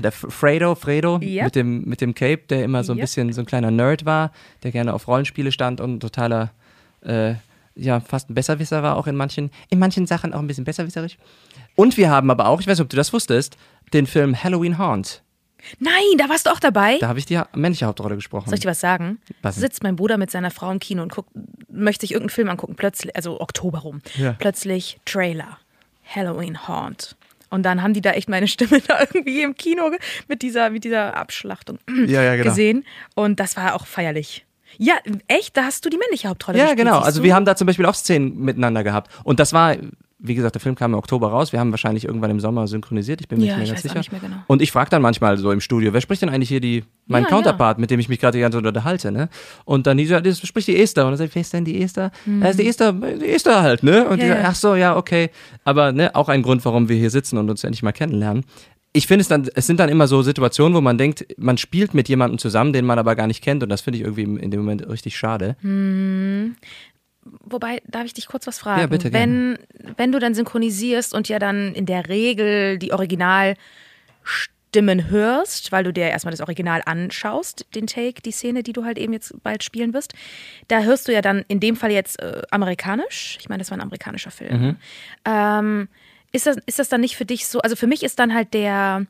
yep. mit dem Cape, der immer so ein bisschen so ein kleiner Nerd war, der gerne auf Rollenspiele stand und ein totaler, fast ein Besserwisser war auch in manchen Sachen auch ein bisschen besserwisserisch. Und wir haben aber auch, ich weiß nicht, ob du das wusstest, den Film Halloween Haunt. Nein, da warst du auch dabei? Da habe ich die männliche Hauptrolle gesprochen. Soll ich dir was sagen? Sitzt mein Bruder mit seiner Frau im Kino und möchte sich irgendeinen Film angucken, plötzlich, also Oktober rum, plötzlich Trailer, Halloween Haunt. Und dann haben die da echt meine Stimme da irgendwie im Kino mit dieser Abschlachtung gesehen. Und das war auch feierlich. Ja, echt? Da hast du die männliche Hauptrolle gespielt? Ja, genau. Also wir haben da zum Beispiel auch Szenen miteinander gehabt. Und das war, wie gesagt, der Film kam im Oktober raus. Wir haben wahrscheinlich irgendwann im Sommer synchronisiert. Ich bin mir nicht mehr ganz sicher. Nicht mehr genau. Und ich frage dann manchmal so im Studio, wer spricht denn eigentlich hier mein Counterpart, mit dem ich mich gerade die ganze Zeit unterhalte, ne? Und dann das spricht die Esther. Und dann sage ich, wer ist denn die Esther? Das ist die Esther halt, ne? Und die sagt, ach so, ja, okay. Aber ne, auch ein Grund, warum wir hier sitzen und uns endlich mal kennenlernen. Ich finde es sind dann immer so Situationen, wo man denkt, man spielt mit jemandem zusammen, den man aber gar nicht kennt. Und das finde ich irgendwie in dem Moment richtig schade. Wobei, darf ich dich kurz was fragen? Ja, bitte, gerne. Wenn du dann synchronisierst und ja dann in der Regel die Originalstimmen hörst, weil du dir erstmal das Original anschaust, den Take, die Szene, die du halt eben jetzt bald spielen wirst, da hörst du ja dann in dem Fall jetzt amerikanisch. Ich meine, das war ein amerikanischer Film. Ist das dann nicht für dich so, also für mich ist dann halt der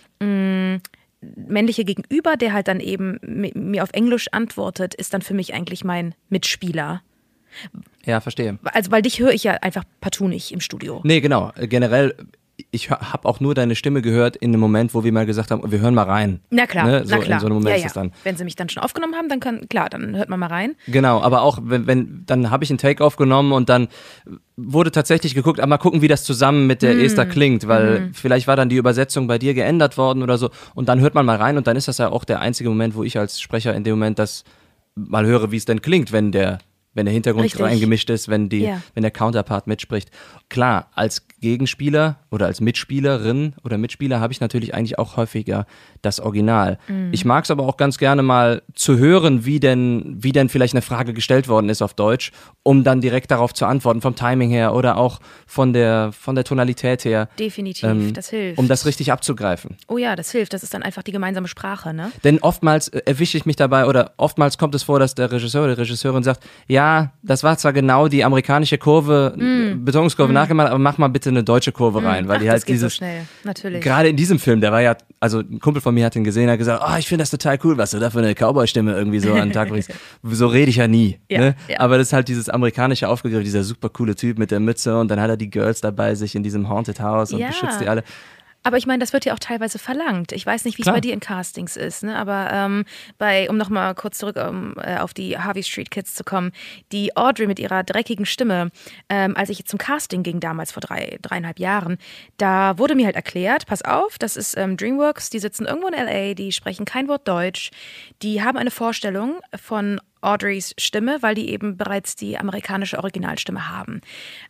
männliche Gegenüber, der halt dann eben mir auf Englisch antwortet, ist dann für mich eigentlich mein Mitspieler. Ja, verstehe. Also, weil dich höre ich ja einfach partout nicht im Studio. Nee, genau. Generell, ich habe auch nur deine Stimme gehört in dem Moment, wo wir mal gesagt haben, wir hören mal rein. Na klar, ne? na klar. In so einem Moment ist es dann. Wenn sie mich dann schon aufgenommen haben, dann dann hört man mal rein. Genau, aber auch, dann habe ich einen Take aufgenommen und dann wurde tatsächlich geguckt, mal gucken, wie das zusammen mit der Esther klingt, weil vielleicht war dann die Übersetzung bei dir geändert worden oder so und dann hört man mal rein und dann ist das ja auch der einzige Moment, wo ich als Sprecher in dem Moment das mal höre, wie es denn klingt, wenn der Hintergrund Richtig. reingemischt ist, wenn der Counterpart mitspricht. Klar, als Gegenspieler oder als Mitspielerin oder Mitspieler habe ich natürlich eigentlich auch häufiger das Original. Ich mag es aber auch ganz gerne mal zu hören, wie denn vielleicht eine Frage gestellt worden ist auf Deutsch, um dann direkt darauf zu antworten, vom Timing her oder auch von der Tonalität her. Definitiv, das hilft. Um das richtig abzugreifen. Oh ja, das hilft. Das ist dann einfach die gemeinsame Sprache, ne? Denn oftmals erwische ich mich dabei oder oftmals kommt es vor, dass der Regisseur oder die Regisseurin sagt, ja, das war zwar genau die amerikanische Kurve, Betonungskurve nachgemacht, aber mach mal bitte eine deutsche Kurve rein, weil die halt das geht dieses so schnell, natürlich. Gerade in diesem Film, der war ja, also ein Kumpel von mir hat ihn gesehen, hat gesagt, ich finde das total cool, was du da für eine Cowboy-Stimme irgendwie so an den Tag bringst. So rede ich ja nie. Ja, ne? ja. Aber das ist halt dieses amerikanische aufgegriffen, dieser super coole Typ mit der Mütze und dann hat er die Girls dabei sich in diesem Haunted House und beschützt die alle. Aber ich meine, das wird ja auch teilweise verlangt. Ich weiß nicht, wie es bei dir in Castings ist, ne? Aber um nochmal kurz zurück auf die Harvey Street Kids zu kommen, die Audrey mit ihrer dreckigen Stimme, als ich zum Casting ging damals vor 3,5 Jahren, da wurde mir halt erklärt, pass auf, das ist DreamWorks, die sitzen irgendwo in L.A., die sprechen kein Wort Deutsch, die haben eine Vorstellung von Audreys Stimme, weil die eben bereits die amerikanische Originalstimme haben.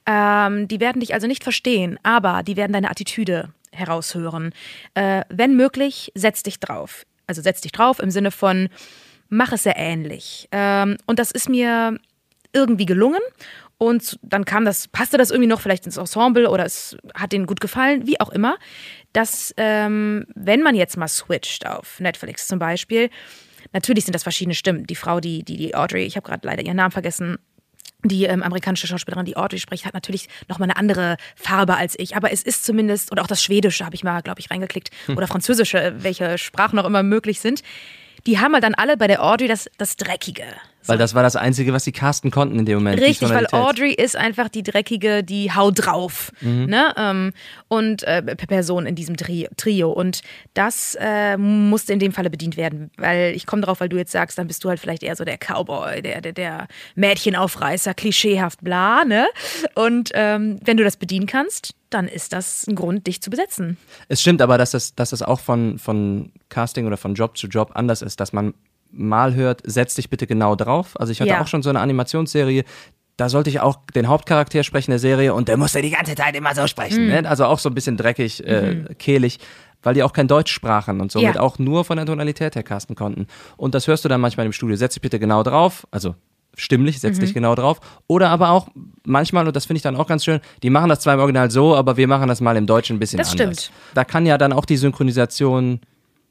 Die werden dich also nicht verstehen, aber die werden deine Attitüde heraushören. Wenn möglich, setz dich drauf. Also setz dich drauf im Sinne von, mach es sehr ähnlich. Und das ist mir irgendwie gelungen. Und dann passte das irgendwie noch vielleicht ins Ensemble oder es hat denen gut gefallen, wie auch immer, dass wenn man jetzt mal switcht auf Netflix zum Beispiel, natürlich sind das verschiedene Stimmen. Die Frau, die Audrey, ich habe gerade leider ihren Namen vergessen, die amerikanische Schauspielerin, die Audrey spricht, hat natürlich nochmal eine andere Farbe als ich. Aber es ist zumindest, oder auch das Schwedische habe ich mal, glaube ich, reingeklickt, oder Französische, welche Sprachen noch immer möglich sind. Die haben halt dann alle bei der Audrey das Dreckige. So. Weil das war das Einzige, was sie casten konnten in dem Moment. Richtig, weil Audrey ist einfach die Dreckige, die haut drauf. Ne? Und Person in diesem Trio. Und das musste in dem Falle bedient werden. Weil ich komme drauf, weil du jetzt sagst, dann bist du halt vielleicht eher so der Cowboy, der Mädchenaufreißer, klischeehaft, bla. Ne? Und wenn du das bedienen kannst, dann ist das ein Grund, dich zu besetzen. Es stimmt aber, dass das auch von Casting oder von Job zu Job anders ist, dass man mal hört, setz dich bitte genau drauf. Also ich hatte auch schon so eine Animationsserie, da sollte ich auch den Hauptcharakter sprechen der Serie und der musste die ganze Zeit immer so sprechen. Ne? Also auch so ein bisschen dreckig, kehlig, weil die auch kein Deutsch sprachen und somit auch nur von der Tonalität her casten konnten. Und das hörst du dann manchmal im Studio, setz dich bitte genau drauf, also stimmlich, setz dich genau drauf. Oder aber auch manchmal, und das finde ich dann auch ganz schön, die machen das zwar im Original so, aber wir machen das mal im Deutschen ein bisschen anders. Das stimmt. Da kann ja dann auch die Synchronisation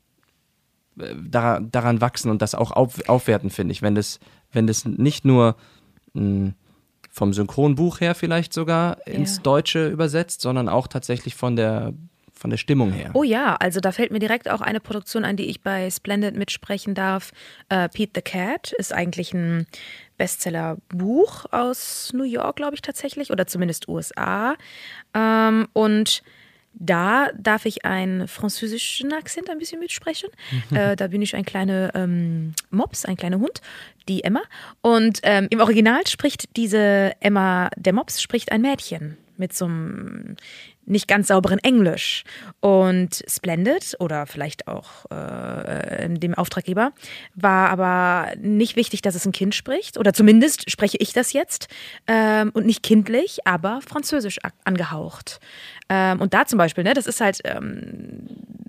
daran wachsen und das auch aufwerten, finde ich. Wenn das nicht nur vom Synchronbuch her vielleicht sogar ins Deutsche übersetzt, sondern auch tatsächlich von der Stimmung her. Oh ja, also da fällt mir direkt auch eine Produktion ein, die ich bei Splendid mitsprechen darf. Pete the Cat ist eigentlich ein Bestseller-Buch aus New York, glaube ich tatsächlich, oder zumindest USA. Und da darf ich einen französischen Akzent ein bisschen mitsprechen. Da bin ich ein kleiner Mops, ein kleiner Hund, die Emma. Und im Original spricht diese Emma, der Mops, spricht ein Mädchen mit so einem nicht ganz sauberen Englisch. Und Splendid oder vielleicht auch dem Auftraggeber war aber nicht wichtig, dass es ein Kind spricht. Oder zumindest spreche ich das jetzt. Und nicht kindlich, aber französisch angehaucht. Und da zum Beispiel, ne, das ist halt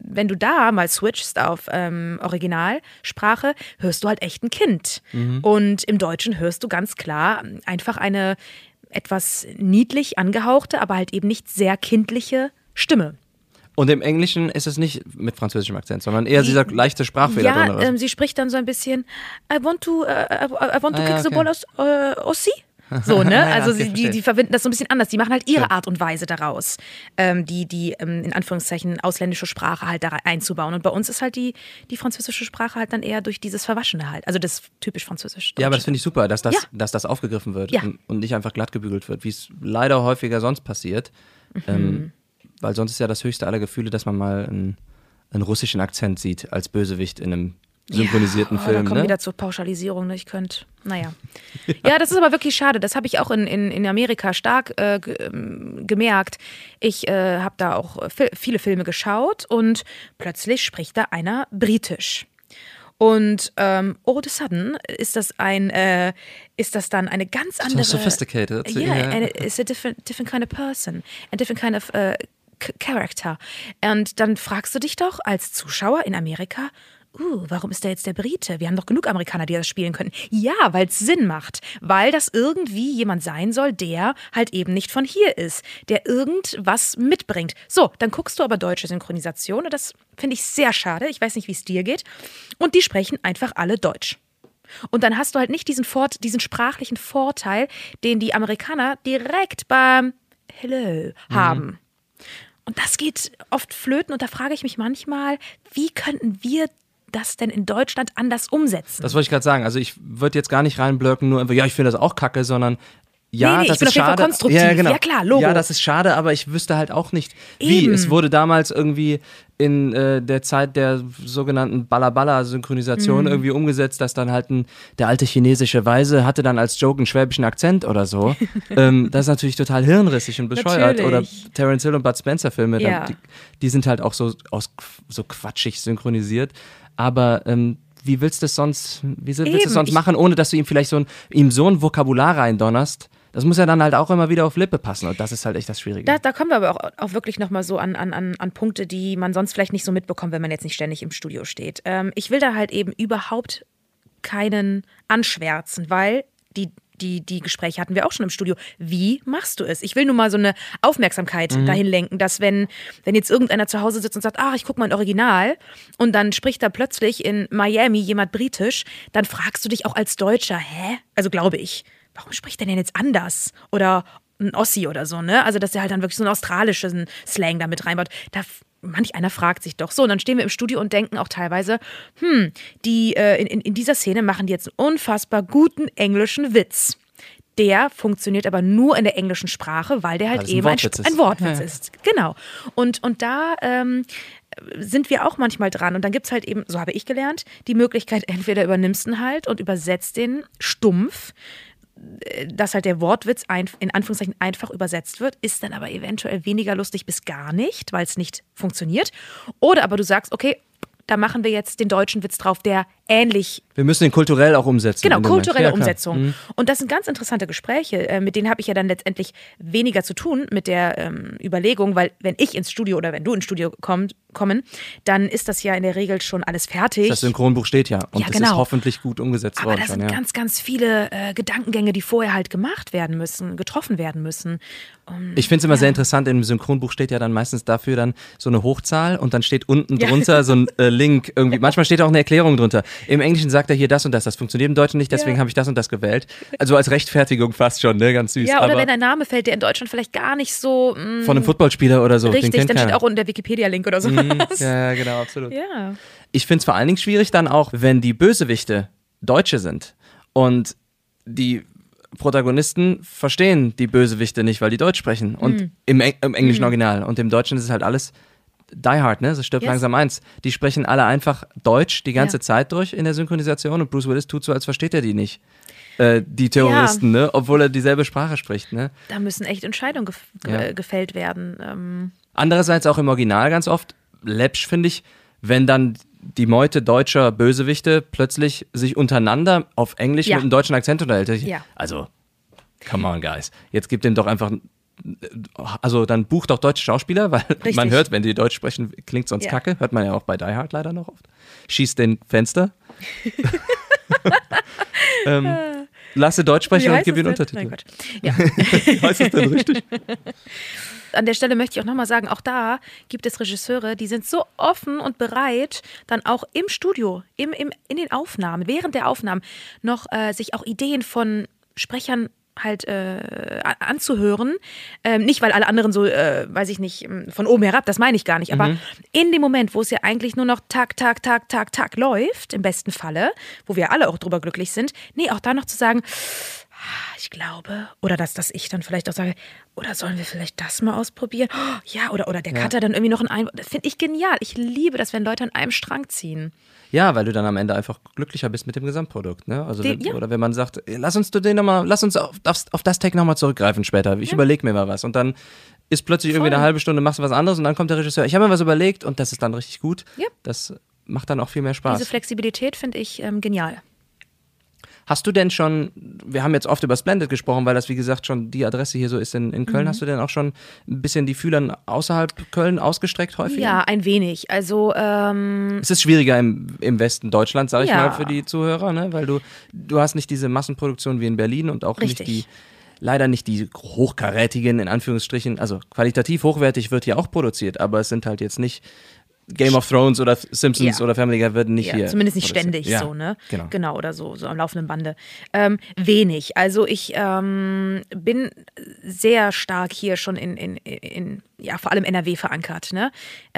wenn du da mal switchst auf Originalsprache, hörst du halt echt ein Kind. Und im Deutschen hörst du ganz klar einfach eine etwas niedlich angehauchte, aber halt eben nicht sehr kindliche Stimme. Und im Englischen ist es nicht mit französischem Akzent, sondern eher dieser leichte Sprachfehler. Ja, sie spricht dann so ein bisschen I want to kick the ball aussi. So, ne? Also die verwenden das so ein bisschen anders. Die machen halt ihre Art und Weise daraus, die in Anführungszeichen ausländische Sprache halt da einzubauen. Und bei uns ist halt die französische Sprache halt dann eher durch dieses Verwaschene halt. Also das typisch französisch. Ja, aber das finde ich super, dass das aufgegriffen wird und nicht einfach glatt gebügelt wird, wie es leider häufiger sonst passiert. Weil sonst ist ja das höchste aller Gefühle, dass man mal einen russischen Akzent sieht als Bösewicht in einem synchronisierten Film. Da kommen wieder zur Pauschalisierung, ne? Naja. Ja, das ist aber wirklich schade. Das habe ich auch in Amerika stark gemerkt. Ich habe da auch viele Filme geschaut und plötzlich spricht da einer Britisch. Und all of a sudden ist das dann eine ganz andere... So sophisticated. It's a different kind of person, a different kind of character. Und dann fragst du dich doch als Zuschauer in Amerika, warum ist da jetzt der Brite? Wir haben doch genug Amerikaner, die das spielen können. Ja, weil es Sinn macht. Weil das irgendwie jemand sein soll, der halt eben nicht von hier ist. Der irgendwas mitbringt. So, dann guckst du aber deutsche Synchronisation. Und das finde ich sehr schade. Ich weiß nicht, wie es dir geht. Und die sprechen einfach alle Deutsch. Und dann hast du halt nicht diesen sprachlichen Vorteil, den die Amerikaner direkt beim Hello haben. Und das geht oft flöten. Und da frage ich mich manchmal, wie könnten wir das denn in Deutschland anders umsetzen? Das wollte ich gerade sagen. Also ich würde jetzt gar nicht reinblöcken, nur einfach, ich finde das auch kacke, sondern ja, nee, das ist schade. Konstruktiv. Ja, genau. Ja, klar, Logo. Ja, das ist schade, aber ich wüsste halt auch nicht, wie. Eben. Es wurde damals irgendwie in der Zeit der sogenannten Balla-Balla-Synchronisation irgendwie umgesetzt, dass dann halt der alte chinesische Weise hatte dann als Joke einen schwäbischen Akzent oder so. Das ist natürlich total hirnrissig und bescheuert. Oder Terence Hill und Bud Spencer-Filme, die sind halt auch so quatschig synchronisiert. Aber wie willst du das sonst machen, ohne dass du ihm vielleicht so ein Vokabular reindonnerst? Das muss ja dann halt auch immer wieder auf Lippe passen und das ist halt echt das Schwierige. Da kommen wir aber auch wirklich nochmal so an Punkte, die man sonst vielleicht nicht so mitbekommt, wenn man jetzt nicht ständig im Studio steht. Ich will da halt eben überhaupt keinen anschwärzen, weil die Gespräche hatten wir auch schon im Studio. Wie machst du es? Ich will nur mal so eine Aufmerksamkeit dahin lenken, dass wenn jetzt irgendeiner zu Hause sitzt und sagt, ich guck mal ein Original und dann spricht da plötzlich in Miami jemand Britisch, dann fragst du dich auch als Deutscher, also glaube ich, warum spricht der denn jetzt anders? Oder ein Ossi oder so, ne? Also dass der halt dann wirklich so einen australischen Slang da mit reinbaut. Manch einer fragt sich doch so. Und dann stehen wir im Studio und denken auch teilweise, die in dieser Szene machen die jetzt einen unfassbar guten englischen Witz. Der funktioniert aber nur in der englischen Sprache, weil der halt eben ein Wortwitz ist. Genau. Und da sind wir auch manchmal dran. Und dann gibt es halt eben, so habe ich gelernt, die Möglichkeit, entweder übernimmst du ihn halt und übersetzt den stumpf, dass halt der Wortwitz in Anführungszeichen einfach übersetzt wird, ist dann aber eventuell weniger lustig bis gar nicht, weil es nicht funktioniert. Oder aber du sagst, okay, da machen wir jetzt den deutschen Witz drauf, der ähnlich... Wir müssen ihn kulturell auch umsetzen. Genau, kulturelle Umsetzung. Und das sind ganz interessante Gespräche, mit denen habe ich ja dann letztendlich weniger zu tun mit der Überlegung, weil wenn ich ins Studio oder wenn du ins Studio kommen, dann ist das ja in der Regel schon alles fertig. Das Synchronbuch steht ja und es ist hoffentlich gut umgesetzt worden. Aber da sind ganz, ganz viele Gedankengänge, die vorher halt getroffen werden müssen. Ich finde es immer sehr interessant, im Synchronbuch steht ja dann meistens dafür dann so eine Hochzahl und dann steht unten drunter so ein Link irgendwie. Manchmal steht auch eine Erklärung drunter. Im Englischen sagt er hier das und das. Das funktioniert im Deutschen nicht, deswegen habe ich das und das gewählt. Also als Rechtfertigung fast schon, ne? Ganz süß. Ja, oder wenn ein Name fällt, der in Deutschland vielleicht gar nicht so... von einem Footballspieler oder so. Richtig, dann steht auch unten der Wikipedia-Link oder sowas. Ja, genau, absolut. Ja. Ich finde es vor allen Dingen schwierig dann auch, wenn die Bösewichte Deutsche sind und die Protagonisten verstehen die Bösewichte nicht, weil die Deutsch sprechen und im englischen Original. Und im Deutschen ist es halt alles Die Hard, ne? Das stirbt langsam 1. Die sprechen alle einfach Deutsch die ganze Zeit durch in der Synchronisation und Bruce Willis tut so, als versteht er die nicht. Die Terroristen, ne? Obwohl er dieselbe Sprache spricht, ne? Da müssen echt Entscheidungen gefällt werden. Andererseits auch im Original ganz oft läppsch, finde ich, wenn dann die Meute deutscher Bösewichte plötzlich sich untereinander auf Englisch mit einem deutschen Akzent unterhält. Also, come on, guys. Jetzt gebt dem doch einfach also dann bucht auch deutsche Schauspieler, weil Richtig. man hört, wenn die Deutsch sprechen, klingt sonst kacke. Hört man ja auch bei Die Hard leider noch oft. Schießt den Fenster. Lasse Deutsch sprechen und gib ihnen Untertitel. Nein, Gott. Ja. Wie heißt das denn richtig? An der Stelle möchte ich auch nochmal sagen, auch da gibt es Regisseure, die sind so offen und bereit, dann auch im Studio, in den Aufnahmen, während der Aufnahmen noch sich auch Ideen von Sprechern halt anzuhören. Nicht, weil alle anderen so, weiß ich nicht, von oben herab, das meine ich gar nicht, aber in dem Moment, wo es ja eigentlich nur noch Tag läuft, im besten Falle, wo wir alle auch drüber glücklich sind, auch da noch zu sagen, ich glaube, oder dass ich dann vielleicht auch sage, oder sollen wir vielleicht das mal ausprobieren? Oh, ja, oder der Cutter dann irgendwie noch das finde ich genial. Ich liebe das, wenn Leute an einem Strang ziehen. Ja, weil du dann am Ende einfach glücklicher bist mit dem Gesamtprodukt, ne? Also oder wenn man sagt, lass uns auf das Take nochmal zurückgreifen später. Ich überlege mir mal was und dann ist plötzlich irgendwie eine halbe Stunde, machst du was anderes und dann kommt der Regisseur, ich habe mir was überlegt und das ist dann richtig gut. Ja. Das macht dann auch viel mehr Spaß. Diese Flexibilität finde ich genial. Hast du denn schon, wir haben jetzt oft über Splendid gesprochen, weil das wie gesagt schon die Adresse hier so ist in Köln, hast du denn auch schon ein bisschen die Fühler außerhalb Köln ausgestreckt häufig? Ja, ein wenig. Also es ist schwieriger im Westen Deutschlands, sage ich mal, für die Zuhörer, ne? Weil du hast nicht diese Massenproduktion wie in Berlin und auch leider nicht die hochkarätigen, in Anführungsstrichen, also qualitativ hochwertig wird hier auch produziert, aber es sind halt jetzt nicht Game of Thrones oder Simpsons oder Family Guy werden nicht hier. Zumindest nicht ständig so, ne? Genau, oder so am laufenden Bande. Wenig. Also ich bin sehr stark hier schon in vor allem NRW verankert, ne?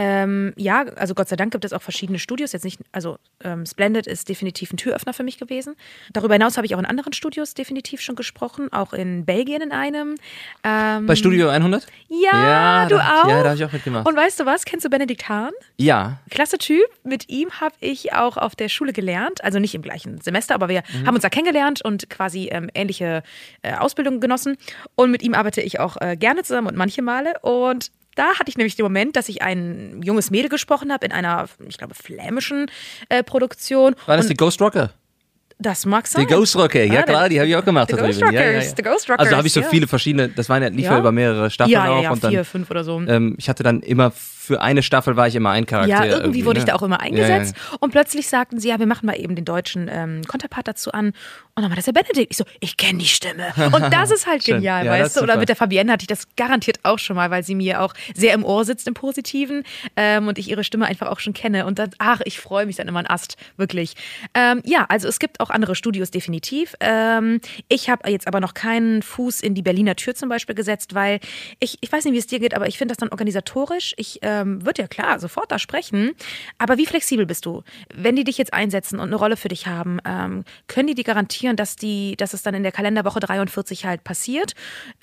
Also Gott sei Dank gibt es auch verschiedene Studios. Jetzt nicht, also Splendid ist definitiv ein Türöffner für mich gewesen. Darüber hinaus habe ich auch in anderen Studios definitiv schon gesprochen, auch in Belgien in einem. Bei Studio 100? Ja, du auch? Ja, da habe ich auch mitgemacht. Und weißt du was? Kennst du Benedikt Hahn? Ja. Klasse Typ. Mit ihm habe ich auch auf der Schule gelernt. Also nicht im gleichen Semester, aber wir haben uns da kennengelernt und quasi ähnliche Ausbildungen genossen. Und mit ihm arbeite ich auch gerne zusammen und manche Male. Und da hatte ich nämlich den Moment, dass ich ein junges Mädel gesprochen habe in einer, ich glaube, flämischen Produktion. War das die Ghost Rocker? Das mag sein. Die Ghost Rocker, ja klar, die habe ich auch gemacht. Die Ghost Rockers, die Ghost Rockers. Also habe ich so viele verschiedene, das waren ja lief über mehrere Staffeln auch. Ja, und dann, 4, 5 oder so. Ich hatte dann immer, für eine Staffel war ich immer ein Charakter. Ja, irgendwie wurde ich da auch immer eingesetzt. Ja. Und plötzlich sagten sie, wir machen mal eben den deutschen Konterpart dazu an. Und dann war das der Benedikt. Ich so, ich kenne die Stimme. Und das ist halt genial, weißt du? Oder mit der Fabienne hatte ich das garantiert auch schon mal, weil sie mir auch sehr im Ohr sitzt im Positiven und ich ihre Stimme einfach auch schon kenne. Und dann, ich freue mich dann immer ein Ast, wirklich. Also es gibt auch andere Studios definitiv. Ich habe jetzt aber noch keinen Fuß in die Berliner Tür zum Beispiel gesetzt, weil ich weiß nicht, wie es dir geht, aber ich finde das dann organisatorisch. Ich würde ja klar sofort da sprechen, aber wie flexibel bist du? Wenn die dich jetzt einsetzen und eine Rolle für dich haben, können die dir garantieren, dass es dann in der Kalenderwoche 43 halt passiert?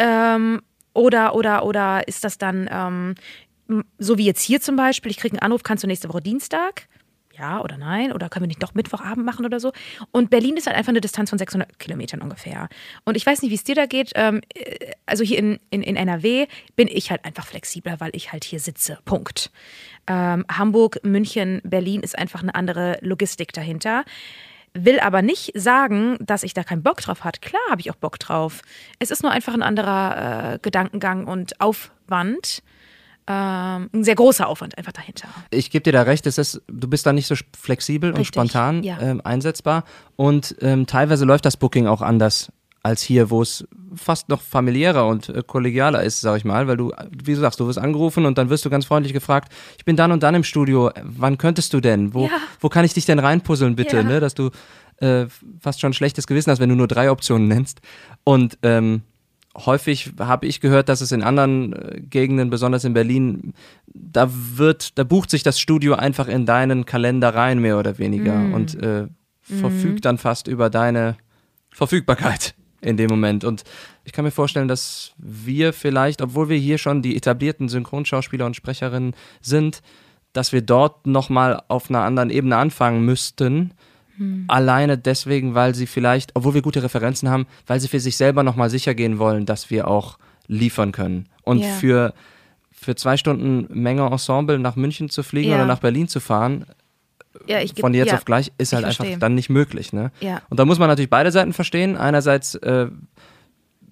Oder ist das dann so wie jetzt hier zum Beispiel, ich kriege einen Anruf, kannst du nächste Woche Dienstag? Ja oder nein? Oder können wir nicht doch Mittwochabend machen oder so? Und Berlin ist halt einfach eine Distanz von 600 Kilometern ungefähr. Und ich weiß nicht, wie es dir da geht. Also hier in NRW bin ich halt einfach flexibler, weil ich halt hier sitze. Punkt. Hamburg, München, Berlin ist einfach eine andere Logistik dahinter. Will aber nicht sagen, dass ich da keinen Bock drauf habe. Klar habe ich auch Bock drauf. Es ist nur einfach ein anderer Gedankengang und Aufwand. Ein sehr großer Aufwand einfach dahinter. Ich gebe dir da recht, du bist da nicht so flexibel und spontan einsetzbar und teilweise läuft das Booking auch anders als hier, wo es fast noch familiärer und kollegialer ist, sag ich mal, weil du, wie du sagst, du wirst angerufen und dann wirst du ganz freundlich gefragt, ich bin dann und dann im Studio, wann könntest du denn? Wo kann ich dich denn reinpuzzeln, bitte? Ne? Dass du fast schon ein schlechtes Gewissen hast, wenn du nur 3 Optionen nennst. Und häufig habe ich gehört, dass es in anderen Gegenden, besonders in Berlin, da bucht sich das Studio einfach in deinen Kalender rein, mehr oder weniger, und verfügt dann fast über deine Verfügbarkeit in dem Moment. Und ich kann mir vorstellen, dass wir vielleicht, obwohl wir hier schon die etablierten Synchronschauspieler und Sprecherinnen sind, dass wir dort nochmal auf einer anderen Ebene anfangen müssten. Alleine deswegen, weil sie vielleicht, obwohl wir gute Referenzen haben, weil sie für sich selber nochmal sicher gehen wollen, dass wir auch liefern können. Und für 2 Stunden Menge Ensemble nach München zu fliegen oder nach Berlin zu fahren, von jetzt auf gleich, ist halt einfach dann nicht möglich. Ne? Ja. Und da muss man natürlich beide Seiten verstehen. Einerseits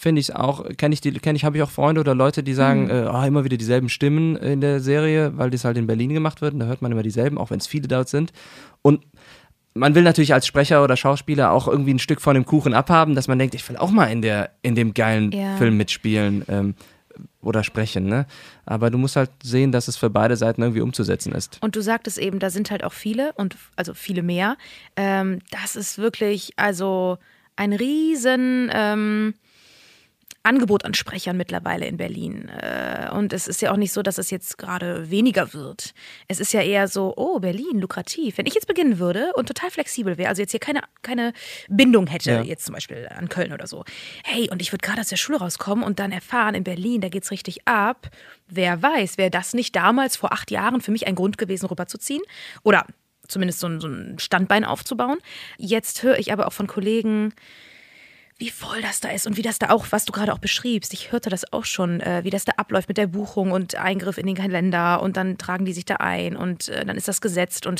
finde ich es auch, habe ich auch Freunde oder Leute, die sagen, immer wieder dieselben Stimmen in der Serie, weil das halt in Berlin gemacht wird und da hört man immer dieselben, auch wenn es viele dort sind. Und man will natürlich als Sprecher oder Schauspieler auch irgendwie ein Stück von dem Kuchen abhaben, dass man denkt, ich will auch mal in dem geilen Film mitspielen oder sprechen, ne? Aber du musst halt sehen, dass es für beide Seiten irgendwie umzusetzen ist. Und du sagtest eben, da sind halt auch viele also viele mehr. Das ist wirklich also ein riesen Angebot an Sprechern mittlerweile in Berlin. Und es ist ja auch nicht so, dass es jetzt gerade weniger wird. Es ist ja eher so, oh, Berlin, lukrativ. Wenn ich jetzt beginnen würde und total flexibel wäre, also jetzt hier keine Bindung hätte, jetzt zum Beispiel an Köln oder so. Hey, und ich würde gerade aus der Schule rauskommen und dann erfahren, in Berlin, da geht's richtig ab. Wer weiß, wäre das nicht damals vor 8 Jahren für mich ein Grund gewesen, rüberzuziehen? Oder zumindest so ein Standbein aufzubauen. Jetzt höre ich aber auch von Kollegen, wie voll das da ist und wie das da auch, was du gerade auch beschriebst, ich hörte das auch schon, wie das da abläuft mit der Buchung und Eingriff in den Kalender und dann tragen die sich da ein und dann ist das gesetzt und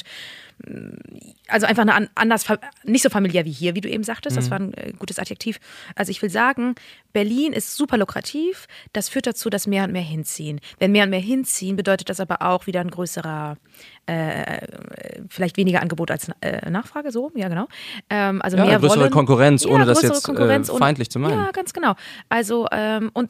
also einfach nicht so familiär wie hier, wie du eben sagtest, das war ein gutes Adjektiv. Also ich will sagen, Berlin ist super lukrativ, das führt dazu, dass mehr und mehr hinziehen. Wenn mehr und mehr hinziehen, bedeutet das aber auch wieder ein größerer, vielleicht weniger Angebot als Nachfrage, so, ja genau. Also mehr größere wollen. Konkurrenz, ohne das jetzt Konkurrenz feindlich zu meinen. Ja, ganz genau. Also und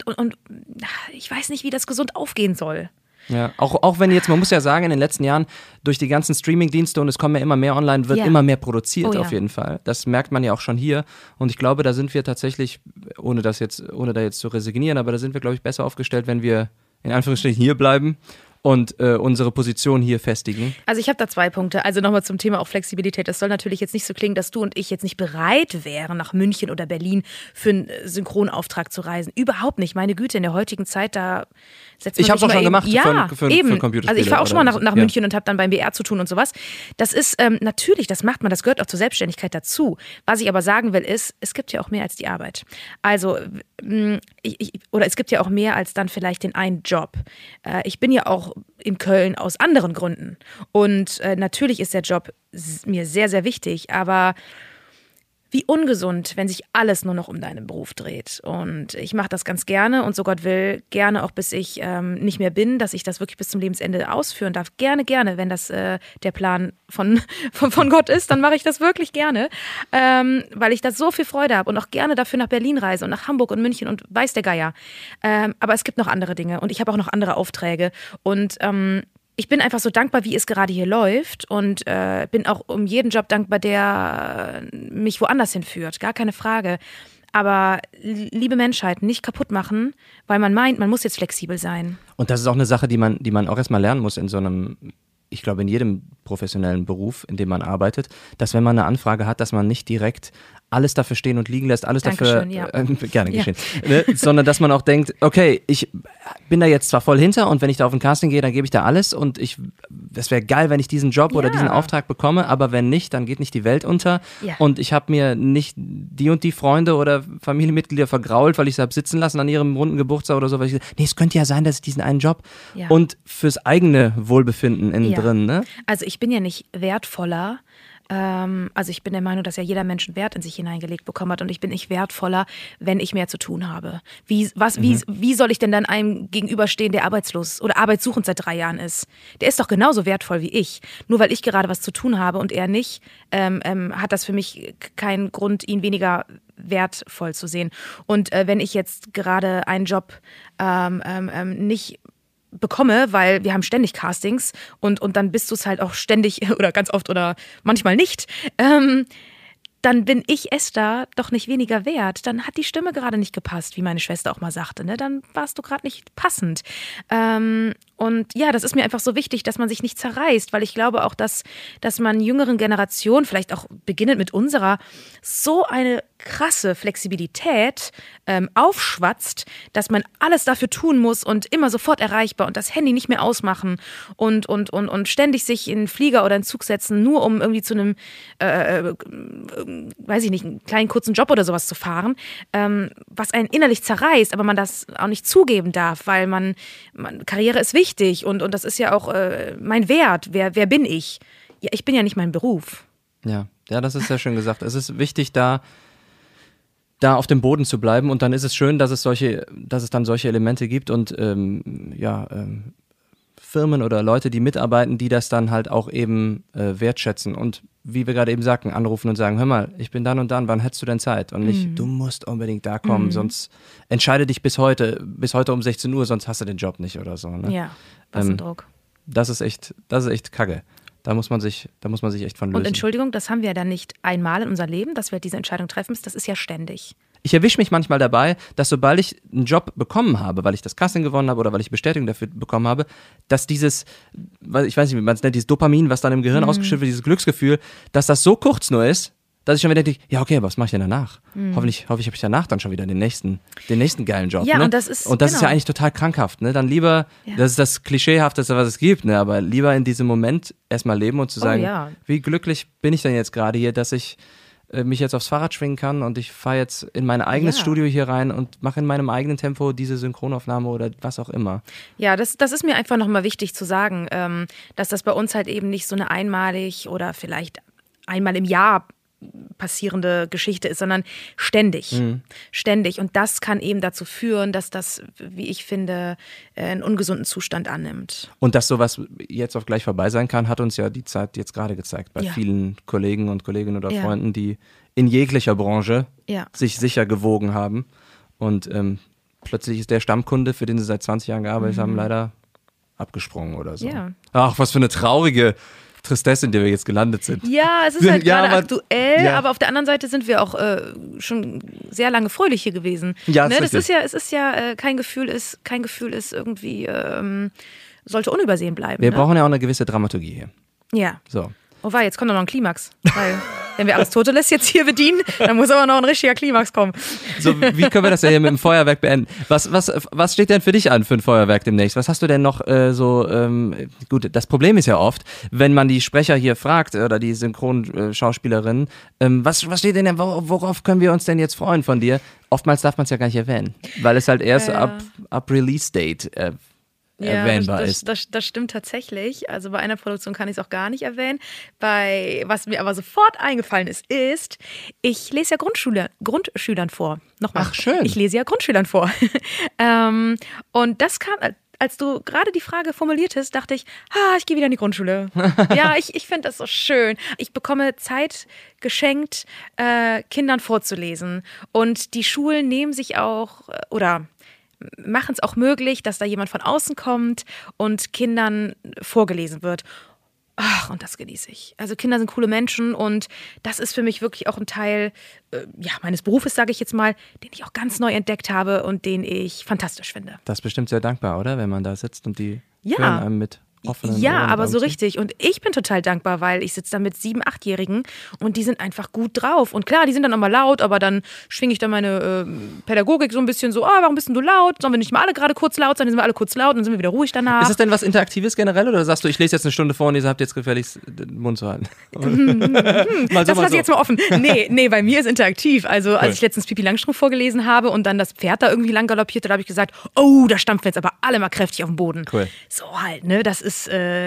ich weiß nicht, wie das gesund aufgehen soll. Ja, auch wenn jetzt, man muss ja sagen, in den letzten Jahren durch die ganzen Streaming-Dienste und es kommen ja immer mehr online, wird immer mehr produziert auf jeden Fall. Das merkt man ja auch schon hier und ich glaube, da sind wir tatsächlich, ohne da jetzt zu resignieren, aber da sind wir, glaube ich, besser aufgestellt, wenn wir in Anführungsstrichen hier bleiben und unsere Position hier festigen. Also ich habe da 2 Punkte. Also nochmal zum Thema auch Flexibilität. Das soll natürlich jetzt nicht so klingen, dass du und ich jetzt nicht bereit wären, nach München oder Berlin für einen Synchronauftrag zu reisen. Überhaupt nicht. Meine Güte, in der heutigen Zeit, da setzt man Ich habe es auch schon gemacht für Computerspiele. Also ich fahre auch schon mal nach München und habe dann beim BR zu tun und sowas. Das ist natürlich, das macht man, das gehört auch zur Selbstständigkeit dazu. Was ich aber sagen will ist, es gibt ja auch mehr als die Arbeit. Also oder es gibt ja auch mehr als dann vielleicht den einen Job. Ich bin ja auch in Köln aus anderen Gründen. Und natürlich ist der Job mir sehr, sehr wichtig, aber wie ungesund, wenn sich alles nur noch um deinen Beruf dreht. Und ich mache das ganz gerne und so Gott will, gerne auch bis ich nicht mehr bin, dass ich das wirklich bis zum Lebensende ausführen darf. Gerne, wenn das der Plan von Gott ist, dann mache ich das wirklich gerne, weil ich da so viel Freude habe und auch gerne dafür nach Berlin reise und nach Hamburg und München und weiß der Geier. Aber es gibt noch andere Dinge und ich habe auch noch andere Aufträge und ich bin einfach so dankbar, wie es gerade hier läuft und bin auch um jeden Job dankbar, der mich woanders hinführt, gar keine Frage. Aber liebe Menschheit, nicht kaputt machen, weil man meint, man muss jetzt flexibel sein. Und das ist auch eine Sache, die man auch erstmal lernen muss in so einem, ich glaube in jedem professionellen Beruf, in dem man arbeitet, dass wenn man eine Anfrage hat, dass man nicht direkt alles dafür stehen und liegen lässt, alles Dankeschön, dafür, gerne geschehen, ne? Sondern dass man auch denkt, okay, ich bin da jetzt zwar voll hinter und wenn ich da auf ein Casting gehe, dann gebe ich da alles und es wäre geil, wenn ich diesen Job oder diesen Auftrag bekomme, aber wenn nicht, dann geht nicht die Welt unter und ich habe mir nicht die und die Freunde oder Familienmitglieder vergrault, weil ich sie habe sitzen lassen an ihrem runden Geburtstag oder so, weil es könnte ja sein, dass ich diesen einen Job und fürs eigene Wohlbefinden innen drin, ne? Also ich bin ja nicht wertvoller. Also ich bin der Meinung, dass ja jeder Mensch einen Wert in sich hineingelegt bekommen hat und ich bin nicht wertvoller, wenn ich mehr zu tun habe. Wie soll ich denn dann einem gegenüberstehen, der arbeitslos oder arbeitssuchend seit 3 Jahren ist? Der ist doch genauso wertvoll wie ich. Nur weil ich gerade was zu tun habe und er nicht, hat das für mich keinen Grund, ihn weniger wertvoll zu sehen. Und wenn ich jetzt gerade einen Job nicht bekomme, weil wir haben ständig Castings und dann bist du es halt auch ständig oder ganz oft oder manchmal nicht, dann bin ich Esther doch nicht weniger wert. Dann hat die Stimme gerade nicht gepasst, wie meine Schwester auch mal sagte. Ne? Dann warst du gerade nicht passend. Und ja, das ist mir einfach so wichtig, dass man sich nicht zerreißt, weil ich glaube auch, dass man jüngeren Generationen, vielleicht auch beginnend mit unserer, so eine krasse Flexibilität aufschwatzt, dass man alles dafür tun muss und immer sofort erreichbar und das Handy nicht mehr ausmachen und ständig sich in einen Flieger oder einen Zug setzen, nur um irgendwie zu einem, weiß ich nicht, einen kleinen kurzen Job oder sowas zu fahren, was einen innerlich zerreißt, aber man das auch nicht zugeben darf, weil Karriere ist wichtig und das ist ja auch mein Wert. Wer bin ich? Ja, ich bin ja nicht mein Beruf. Ja, das ist sehr schön gesagt. Es ist wichtig, da da auf dem Boden zu bleiben. Und dann ist es schön, dass es dann solche Elemente gibt und Firmen oder Leute, die mitarbeiten, die das dann halt auch eben wertschätzen und wie wir gerade eben sagten, anrufen und sagen, hör mal, ich bin dann und dann, wann hättest du denn Zeit? Und nicht, du musst unbedingt da kommen, sonst entscheide dich bis heute um 16 Uhr, sonst hast du den Job nicht oder so. Ne? Ja, was ein Druck. Das ist echt Kacke. Da muss man sich echt von lösen. Und Entschuldigung, das haben wir ja dann nicht einmal in unser Leben, dass wir diese Entscheidung treffen müssen, das ist ja ständig. Ich erwische mich manchmal dabei, dass sobald ich einen Job bekommen habe, weil ich das Casting gewonnen habe oder weil ich Bestätigung dafür bekommen habe, dass dieses, ich weiß nicht, wie man es nennt, dieses Dopamin, was dann im Gehirn ausgeschüttet wird, dieses Glücksgefühl, dass das so kurz nur ist, dass ich schon wieder denke, ja okay, aber was mache ich denn danach? Hoffentlich habe ich danach dann schon wieder den nächsten geilen Job. Ja, ne? und das ist ja eigentlich total krankhaft. Ne? Dann lieber, das ist das Klischeehafteste, was es gibt, ne? Aber lieber in diesem Moment erstmal leben und zu sagen, wie glücklich bin ich denn jetzt gerade hier, dass ich mich jetzt aufs Fahrrad schwingen kann und ich fahre jetzt in mein eigenes Studio hier rein und mache in meinem eigenen Tempo diese Synchronaufnahme oder was auch immer. Ja, das ist mir einfach nochmal wichtig zu sagen, dass das bei uns halt eben nicht so eine einmalig oder vielleicht einmal im Jahr passierende Geschichte ist, sondern ständig. Ständig. Und das kann eben dazu führen, dass das, wie ich finde, einen ungesunden Zustand annimmt. Und dass sowas jetzt auch gleich vorbei sein kann, hat uns ja die Zeit jetzt gerade gezeigt. Bei vielen Kollegen und Kolleginnen oder Freunden, die in jeglicher Branche sich sicher gewogen haben. Und plötzlich ist der Stammkunde, für den sie seit 20 Jahren gearbeitet haben, leider abgesprungen oder so. Ja. Ach, was für eine traurige Tristesse, in der wir jetzt gelandet sind. Ja, es ist halt gerade aktuell, aber auf der anderen Seite sind wir auch schon sehr lange fröhlich hier gewesen. Ja, ne? Es ist ja kein Gefühl ist irgendwie sollte unübersehen bleiben. Wir brauchen ja auch eine gewisse Dramaturgie hier. Ja. So. Oh wei, jetzt kommt noch ein Klimax. Weil, wenn wir Aristoteles jetzt hier bedienen, dann muss aber noch ein richtiger Klimax kommen. So, wie können wir das ja hier mit dem Feuerwerk beenden? Was steht denn für dich an für ein Feuerwerk demnächst? Was hast du denn noch gut, das Problem ist ja oft, wenn man die Sprecher hier fragt oder die Synchronschauspielerinnen, was steht denn, worauf können wir uns denn jetzt freuen von dir? Oftmals darf man es ja gar nicht erwähnen, weil es halt erst ab Release-Date erwähnbar ist. Das stimmt tatsächlich. Also bei einer Produktion kann ich es auch gar nicht erwähnen. Was mir aber sofort eingefallen ist, ich lese ja Grundschülern vor. Nochmal. Ach, schön. Ich lese ja Grundschülern vor. Und das kam, als du gerade die Frage formuliertest, dachte ich, ich gehe wieder in die Grundschule. Ja, ich finde das so schön. Ich bekomme Zeit geschenkt, Kindern vorzulesen. Und die Schulen nehmen sich auch, oder machen es auch möglich, dass da jemand von außen kommt und Kindern vorgelesen wird. Ach, und das genieße ich. Also Kinder sind coole Menschen und das ist für mich wirklich auch ein Teil meines Berufes, sage ich jetzt mal, den ich auch ganz neu entdeckt habe und den ich fantastisch finde. Das ist bestimmt sehr dankbar, oder? Wenn man da sitzt und die hören einem mit. Ja, aber so richtig. Und ich bin total dankbar, weil ich sitze da mit 7-, 8-Jährigen und die sind einfach gut drauf. Und klar, die sind dann auch mal laut, aber dann schwinge ich dann meine Pädagogik so ein bisschen so, warum bist denn du laut? Sollen wir nicht mal alle gerade kurz laut sein? Dann sind wir alle kurz laut und dann sind wir wieder ruhig danach. Ist es denn was Interaktives generell oder sagst du, ich lese jetzt eine Stunde vor und ihr habt jetzt gefälligst den Mund zu halten? Das lasse ich jetzt mal offen. Nee, bei mir ist interaktiv. Also als ich letztens Pipi Langstrumpf vorgelesen habe und dann das Pferd da irgendwie lang galoppierte, da habe ich gesagt, da stampfen wir jetzt aber alle mal kräftig auf den Boden. Cool. So halt, ne, das ist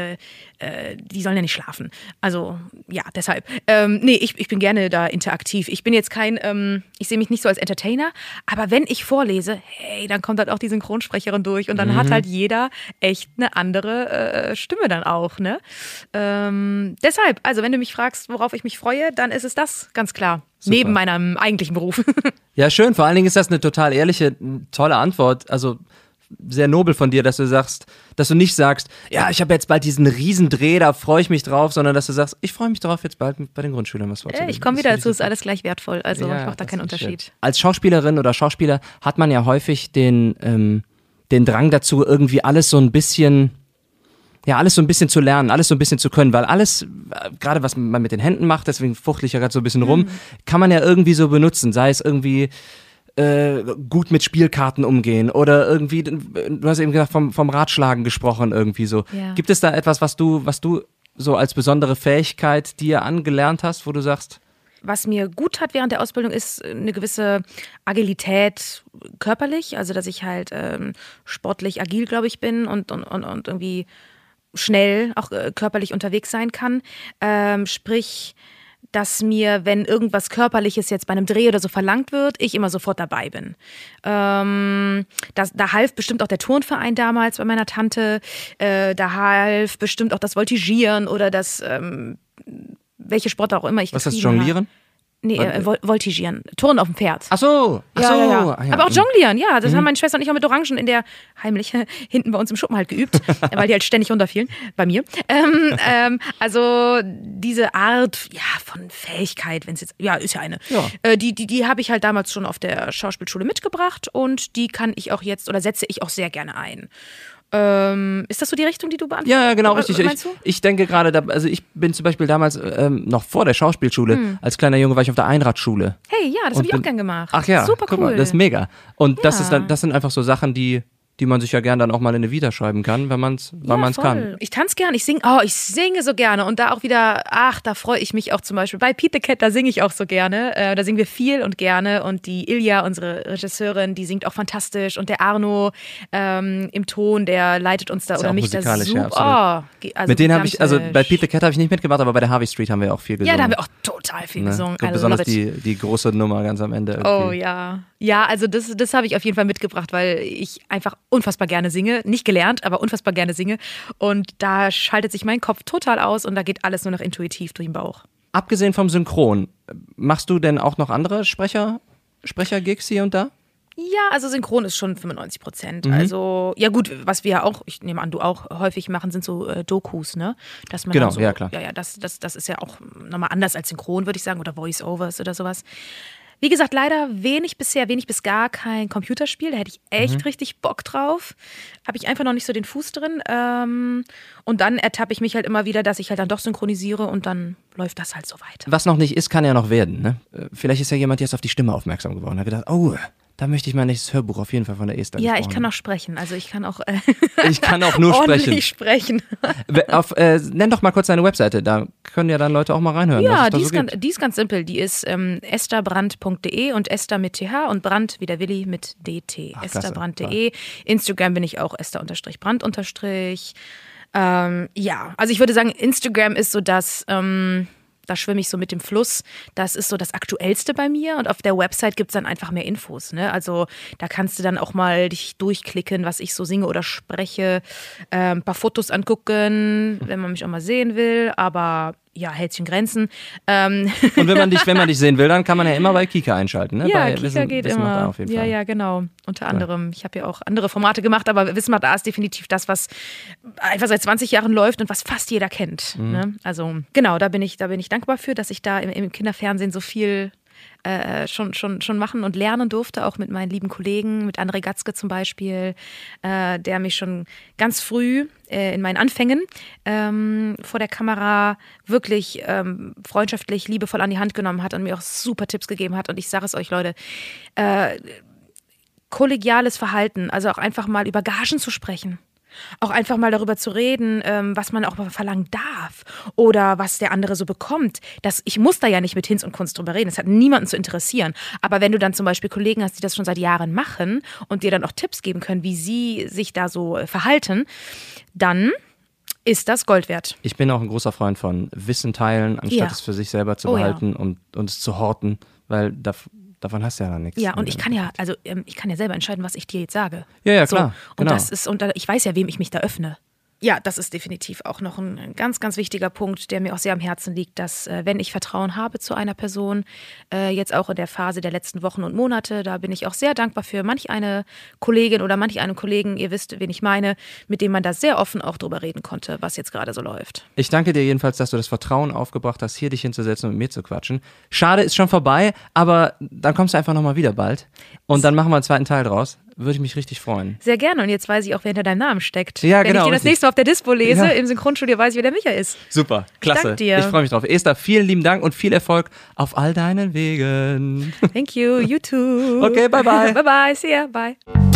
die sollen ja nicht schlafen. Also, ja, deshalb. Ich bin gerne da interaktiv. Ich bin jetzt ich sehe mich nicht so als Entertainer, aber wenn ich vorlese, dann kommt halt auch die Synchronsprecherin durch und dann hat halt jeder echt eine andere Stimme dann auch, ne? Deshalb, also wenn du mich fragst, worauf ich mich freue, dann ist es das, ganz klar. Super. Neben meinem eigentlichen Beruf. Ja, schön. Vor allen Dingen ist das eine total ehrliche, tolle Antwort. Also, sehr nobel von dir, dass du nicht sagst, ja, ich habe jetzt bald diesen Riesendreh, da freue ich mich drauf, sondern dass du sagst, ich freue mich drauf, jetzt bald bei den Grundschülern was vorzulesen. Ich komme wieder dazu, ist alles gleich wertvoll, also ich mache da keinen Unterschied. Schön. Als Schauspielerin oder Schauspieler hat man ja häufig den Drang dazu, irgendwie alles so ein bisschen zu lernen, alles so ein bisschen zu können, weil alles, gerade was man mit den Händen macht, deswegen fuchtle ich ja gerade so ein bisschen rum, kann man ja irgendwie so benutzen, sei es irgendwie gut mit Spielkarten umgehen oder irgendwie, du hast eben gesagt, vom Ratschlagen gesprochen irgendwie so. Ja. Gibt es da etwas, was du so als besondere Fähigkeit dir angelernt hast, wo du sagst? Was mir gut tat während der Ausbildung ist eine gewisse Agilität körperlich, also dass ich halt sportlich agil, glaube ich, bin und irgendwie schnell auch körperlich unterwegs sein kann. Sprich, dass mir, wenn irgendwas Körperliches jetzt bei einem Dreh oder so verlangt wird, ich immer sofort dabei bin. Da half bestimmt auch der Turnverein damals bei meiner Tante. Da half bestimmt auch das Voltigieren oder das, welche Sport auch immer ich Was ist das, getrieben Jonglieren? Nee, Voltigieren. Turnen auf dem Pferd. Ach so. Ja. Ah, ja. Aber auch Jonglieren, ja. Das haben meine Schwester und ich auch mit Orangen in der, heimlich, hinten bei uns im Schuppen halt geübt, weil die halt ständig runterfielen, bei mir. Also diese Art, ja, von Fähigkeit, wenn es jetzt, ja, ist ja eine. Ja. Die habe ich halt damals schon auf der Schauspielschule mitgebracht und die kann ich auch jetzt, oder setze ich auch sehr gerne ein. Ist das so die Richtung, die du beantwortest? Ja, genau, richtig. Meinst du? Ich denke gerade, also ich bin zum Beispiel damals noch vor der Schauspielschule, als kleiner Junge war ich auf der Einradschule. Hey, ja, das habe ich auch gern gemacht. Ach ja, super guck cool. mal, das ist mega. Und Ja. das sind einfach so Sachen, die man sich ja gern dann auch mal in eine Vita schreiben kann, wenn man es kann. Ich tanze gern, ich singe so gerne und da auch wieder, da freue ich mich auch zum Beispiel. Bei Pete the Cat, da singe ich auch so gerne, da singen wir viel und gerne und die Ilja, unsere Regisseurin, die singt auch fantastisch und der Arno im Ton, der leitet uns da Ist oder auch mich da musikalisch, ja, super. absolut. Mit denen habe ich, also bei Pete the Cat habe ich nicht mitgemacht, aber bei der Harvey Street haben wir auch viel gesungen. Ja, da haben wir auch total viel gesungen. Und besonders die große Nummer ganz am Ende irgendwie. Oh ja. Ja, also das habe ich auf jeden Fall mitgebracht, weil ich einfach unfassbar gerne singe. Nicht gelernt, aber unfassbar gerne singe. Und da schaltet sich mein Kopf total aus und da geht alles nur noch intuitiv durch den Bauch. Abgesehen vom Synchron, machst du denn auch noch andere Sprecher-Gigs hier und da? Ja, also Synchron ist schon 95%. Also, ja gut, was wir auch, ich nehme an, du auch häufig machen, sind so Dokus, ne? Dass man genau, so, ja klar. Ja, das ist ja auch nochmal anders als Synchron, würde ich sagen, oder Voice-Overs oder sowas. Wie gesagt, leider wenig bis gar kein Computerspiel. Da hätte ich echt richtig Bock drauf. Habe ich einfach noch nicht so den Fuß drin. Und dann ertappe ich mich halt immer wieder, dass ich halt dann doch synchronisiere und dann läuft das halt so weiter. Was noch nicht ist, kann ja noch werden. Ne? Vielleicht ist ja jemand jetzt auf die Stimme aufmerksam geworden und hat gedacht, oh, da möchte ich mein nächstes Hörbuch auf jeden Fall von der Esther. Ja, ich kann auch sprechen. Also ich kann auch, ich kann auch nur ordentlich sprechen. Nenn doch mal kurz deine Webseite, da können ja dann Leute auch mal reinhören. Ja, die ist ganz simpel. Die ist estherbrand.de und Esther mit TH und Brand wie der Willi mit DT. Estherbrand.de. Instagram bin ich auch Esther_Brand_. Ja, also ich würde sagen, Instagram ist so das... da schwimme ich so mit dem Fluss. Das ist so das Aktuellste bei mir. Und auf der Website gibt es dann einfach mehr Infos. Ne? Also da kannst du dann auch mal dich durchklicken, was ich so singe oder spreche. Ein paar Fotos angucken, wenn man mich auch mal sehen will. Aber ja, hält sich in Grenzen. Und wenn man dich sehen will, dann kann man ja immer bei Kika einschalten. Ne? Ja, bei Kika geht immer. Auf jeden Fall. Ja, genau. Unter anderem. Ich habe ja auch andere Formate gemacht, aber Wissen macht A ist definitiv das, was einfach seit 20 Jahren läuft und was fast jeder kennt. Ne? Also genau, da bin ich dankbar für, dass ich da im Kinderfernsehen so viel schon machen und lernen durfte, auch mit meinen lieben Kollegen, mit André Gatzke zum Beispiel, der mich schon ganz früh in meinen Anfängen vor der Kamera wirklich freundschaftlich, liebevoll an die Hand genommen hat und mir auch super Tipps gegeben hat. Und ich sage es euch, Leute, kollegiales Verhalten, also auch einfach mal über Gagen zu sprechen. Auch einfach mal darüber zu reden, was man auch mal verlangen darf oder was der andere so bekommt. Ich muss da ja nicht mit Hinz und Kunst drüber reden, es hat niemanden zu interessieren. Aber wenn du dann zum Beispiel Kollegen hast, die das schon seit Jahren machen und dir dann auch Tipps geben können, wie sie sich da so verhalten, dann ist das Gold wert. Ich bin auch ein großer Freund von Wissen teilen, anstatt es für sich selber zu behalten und es zu horten, weil davon hast du ja dann nichts. Ja, und ich kann ja selber entscheiden, was ich dir jetzt sage. Ja, klar. So. Genau. Und ich weiß ja, wem ich mich da öffne. Ja, das ist definitiv auch noch ein ganz, ganz wichtiger Punkt, der mir auch sehr am Herzen liegt, dass wenn ich Vertrauen habe zu einer Person, jetzt auch in der Phase der letzten Wochen und Monate, da bin ich auch sehr dankbar für manch eine Kollegin oder manch einen Kollegen, ihr wisst, wen ich meine, mit dem man da sehr offen auch drüber reden konnte, was jetzt gerade so läuft. Ich danke dir jedenfalls, dass du das Vertrauen aufgebracht hast, hier dich hinzusetzen und mit mir zu quatschen. Schade, ist schon vorbei, aber dann kommst du einfach nochmal wieder bald und dann machen wir einen zweiten Teil draus. Würde ich mich richtig freuen. Sehr gerne. Und jetzt weiß ich auch, wer hinter deinem Namen steckt. Ja, Wenn genau. ich dir das nächste Mal auf der Dispo lese, im Synchronstudio, weiß ich, wer der Micha ist. Super, klasse. Ich danke dir. Ich freue mich drauf. Esther, vielen lieben Dank und viel Erfolg auf all deinen Wegen. Thank you, you too. Okay, bye bye. Bye bye, see ya, bye.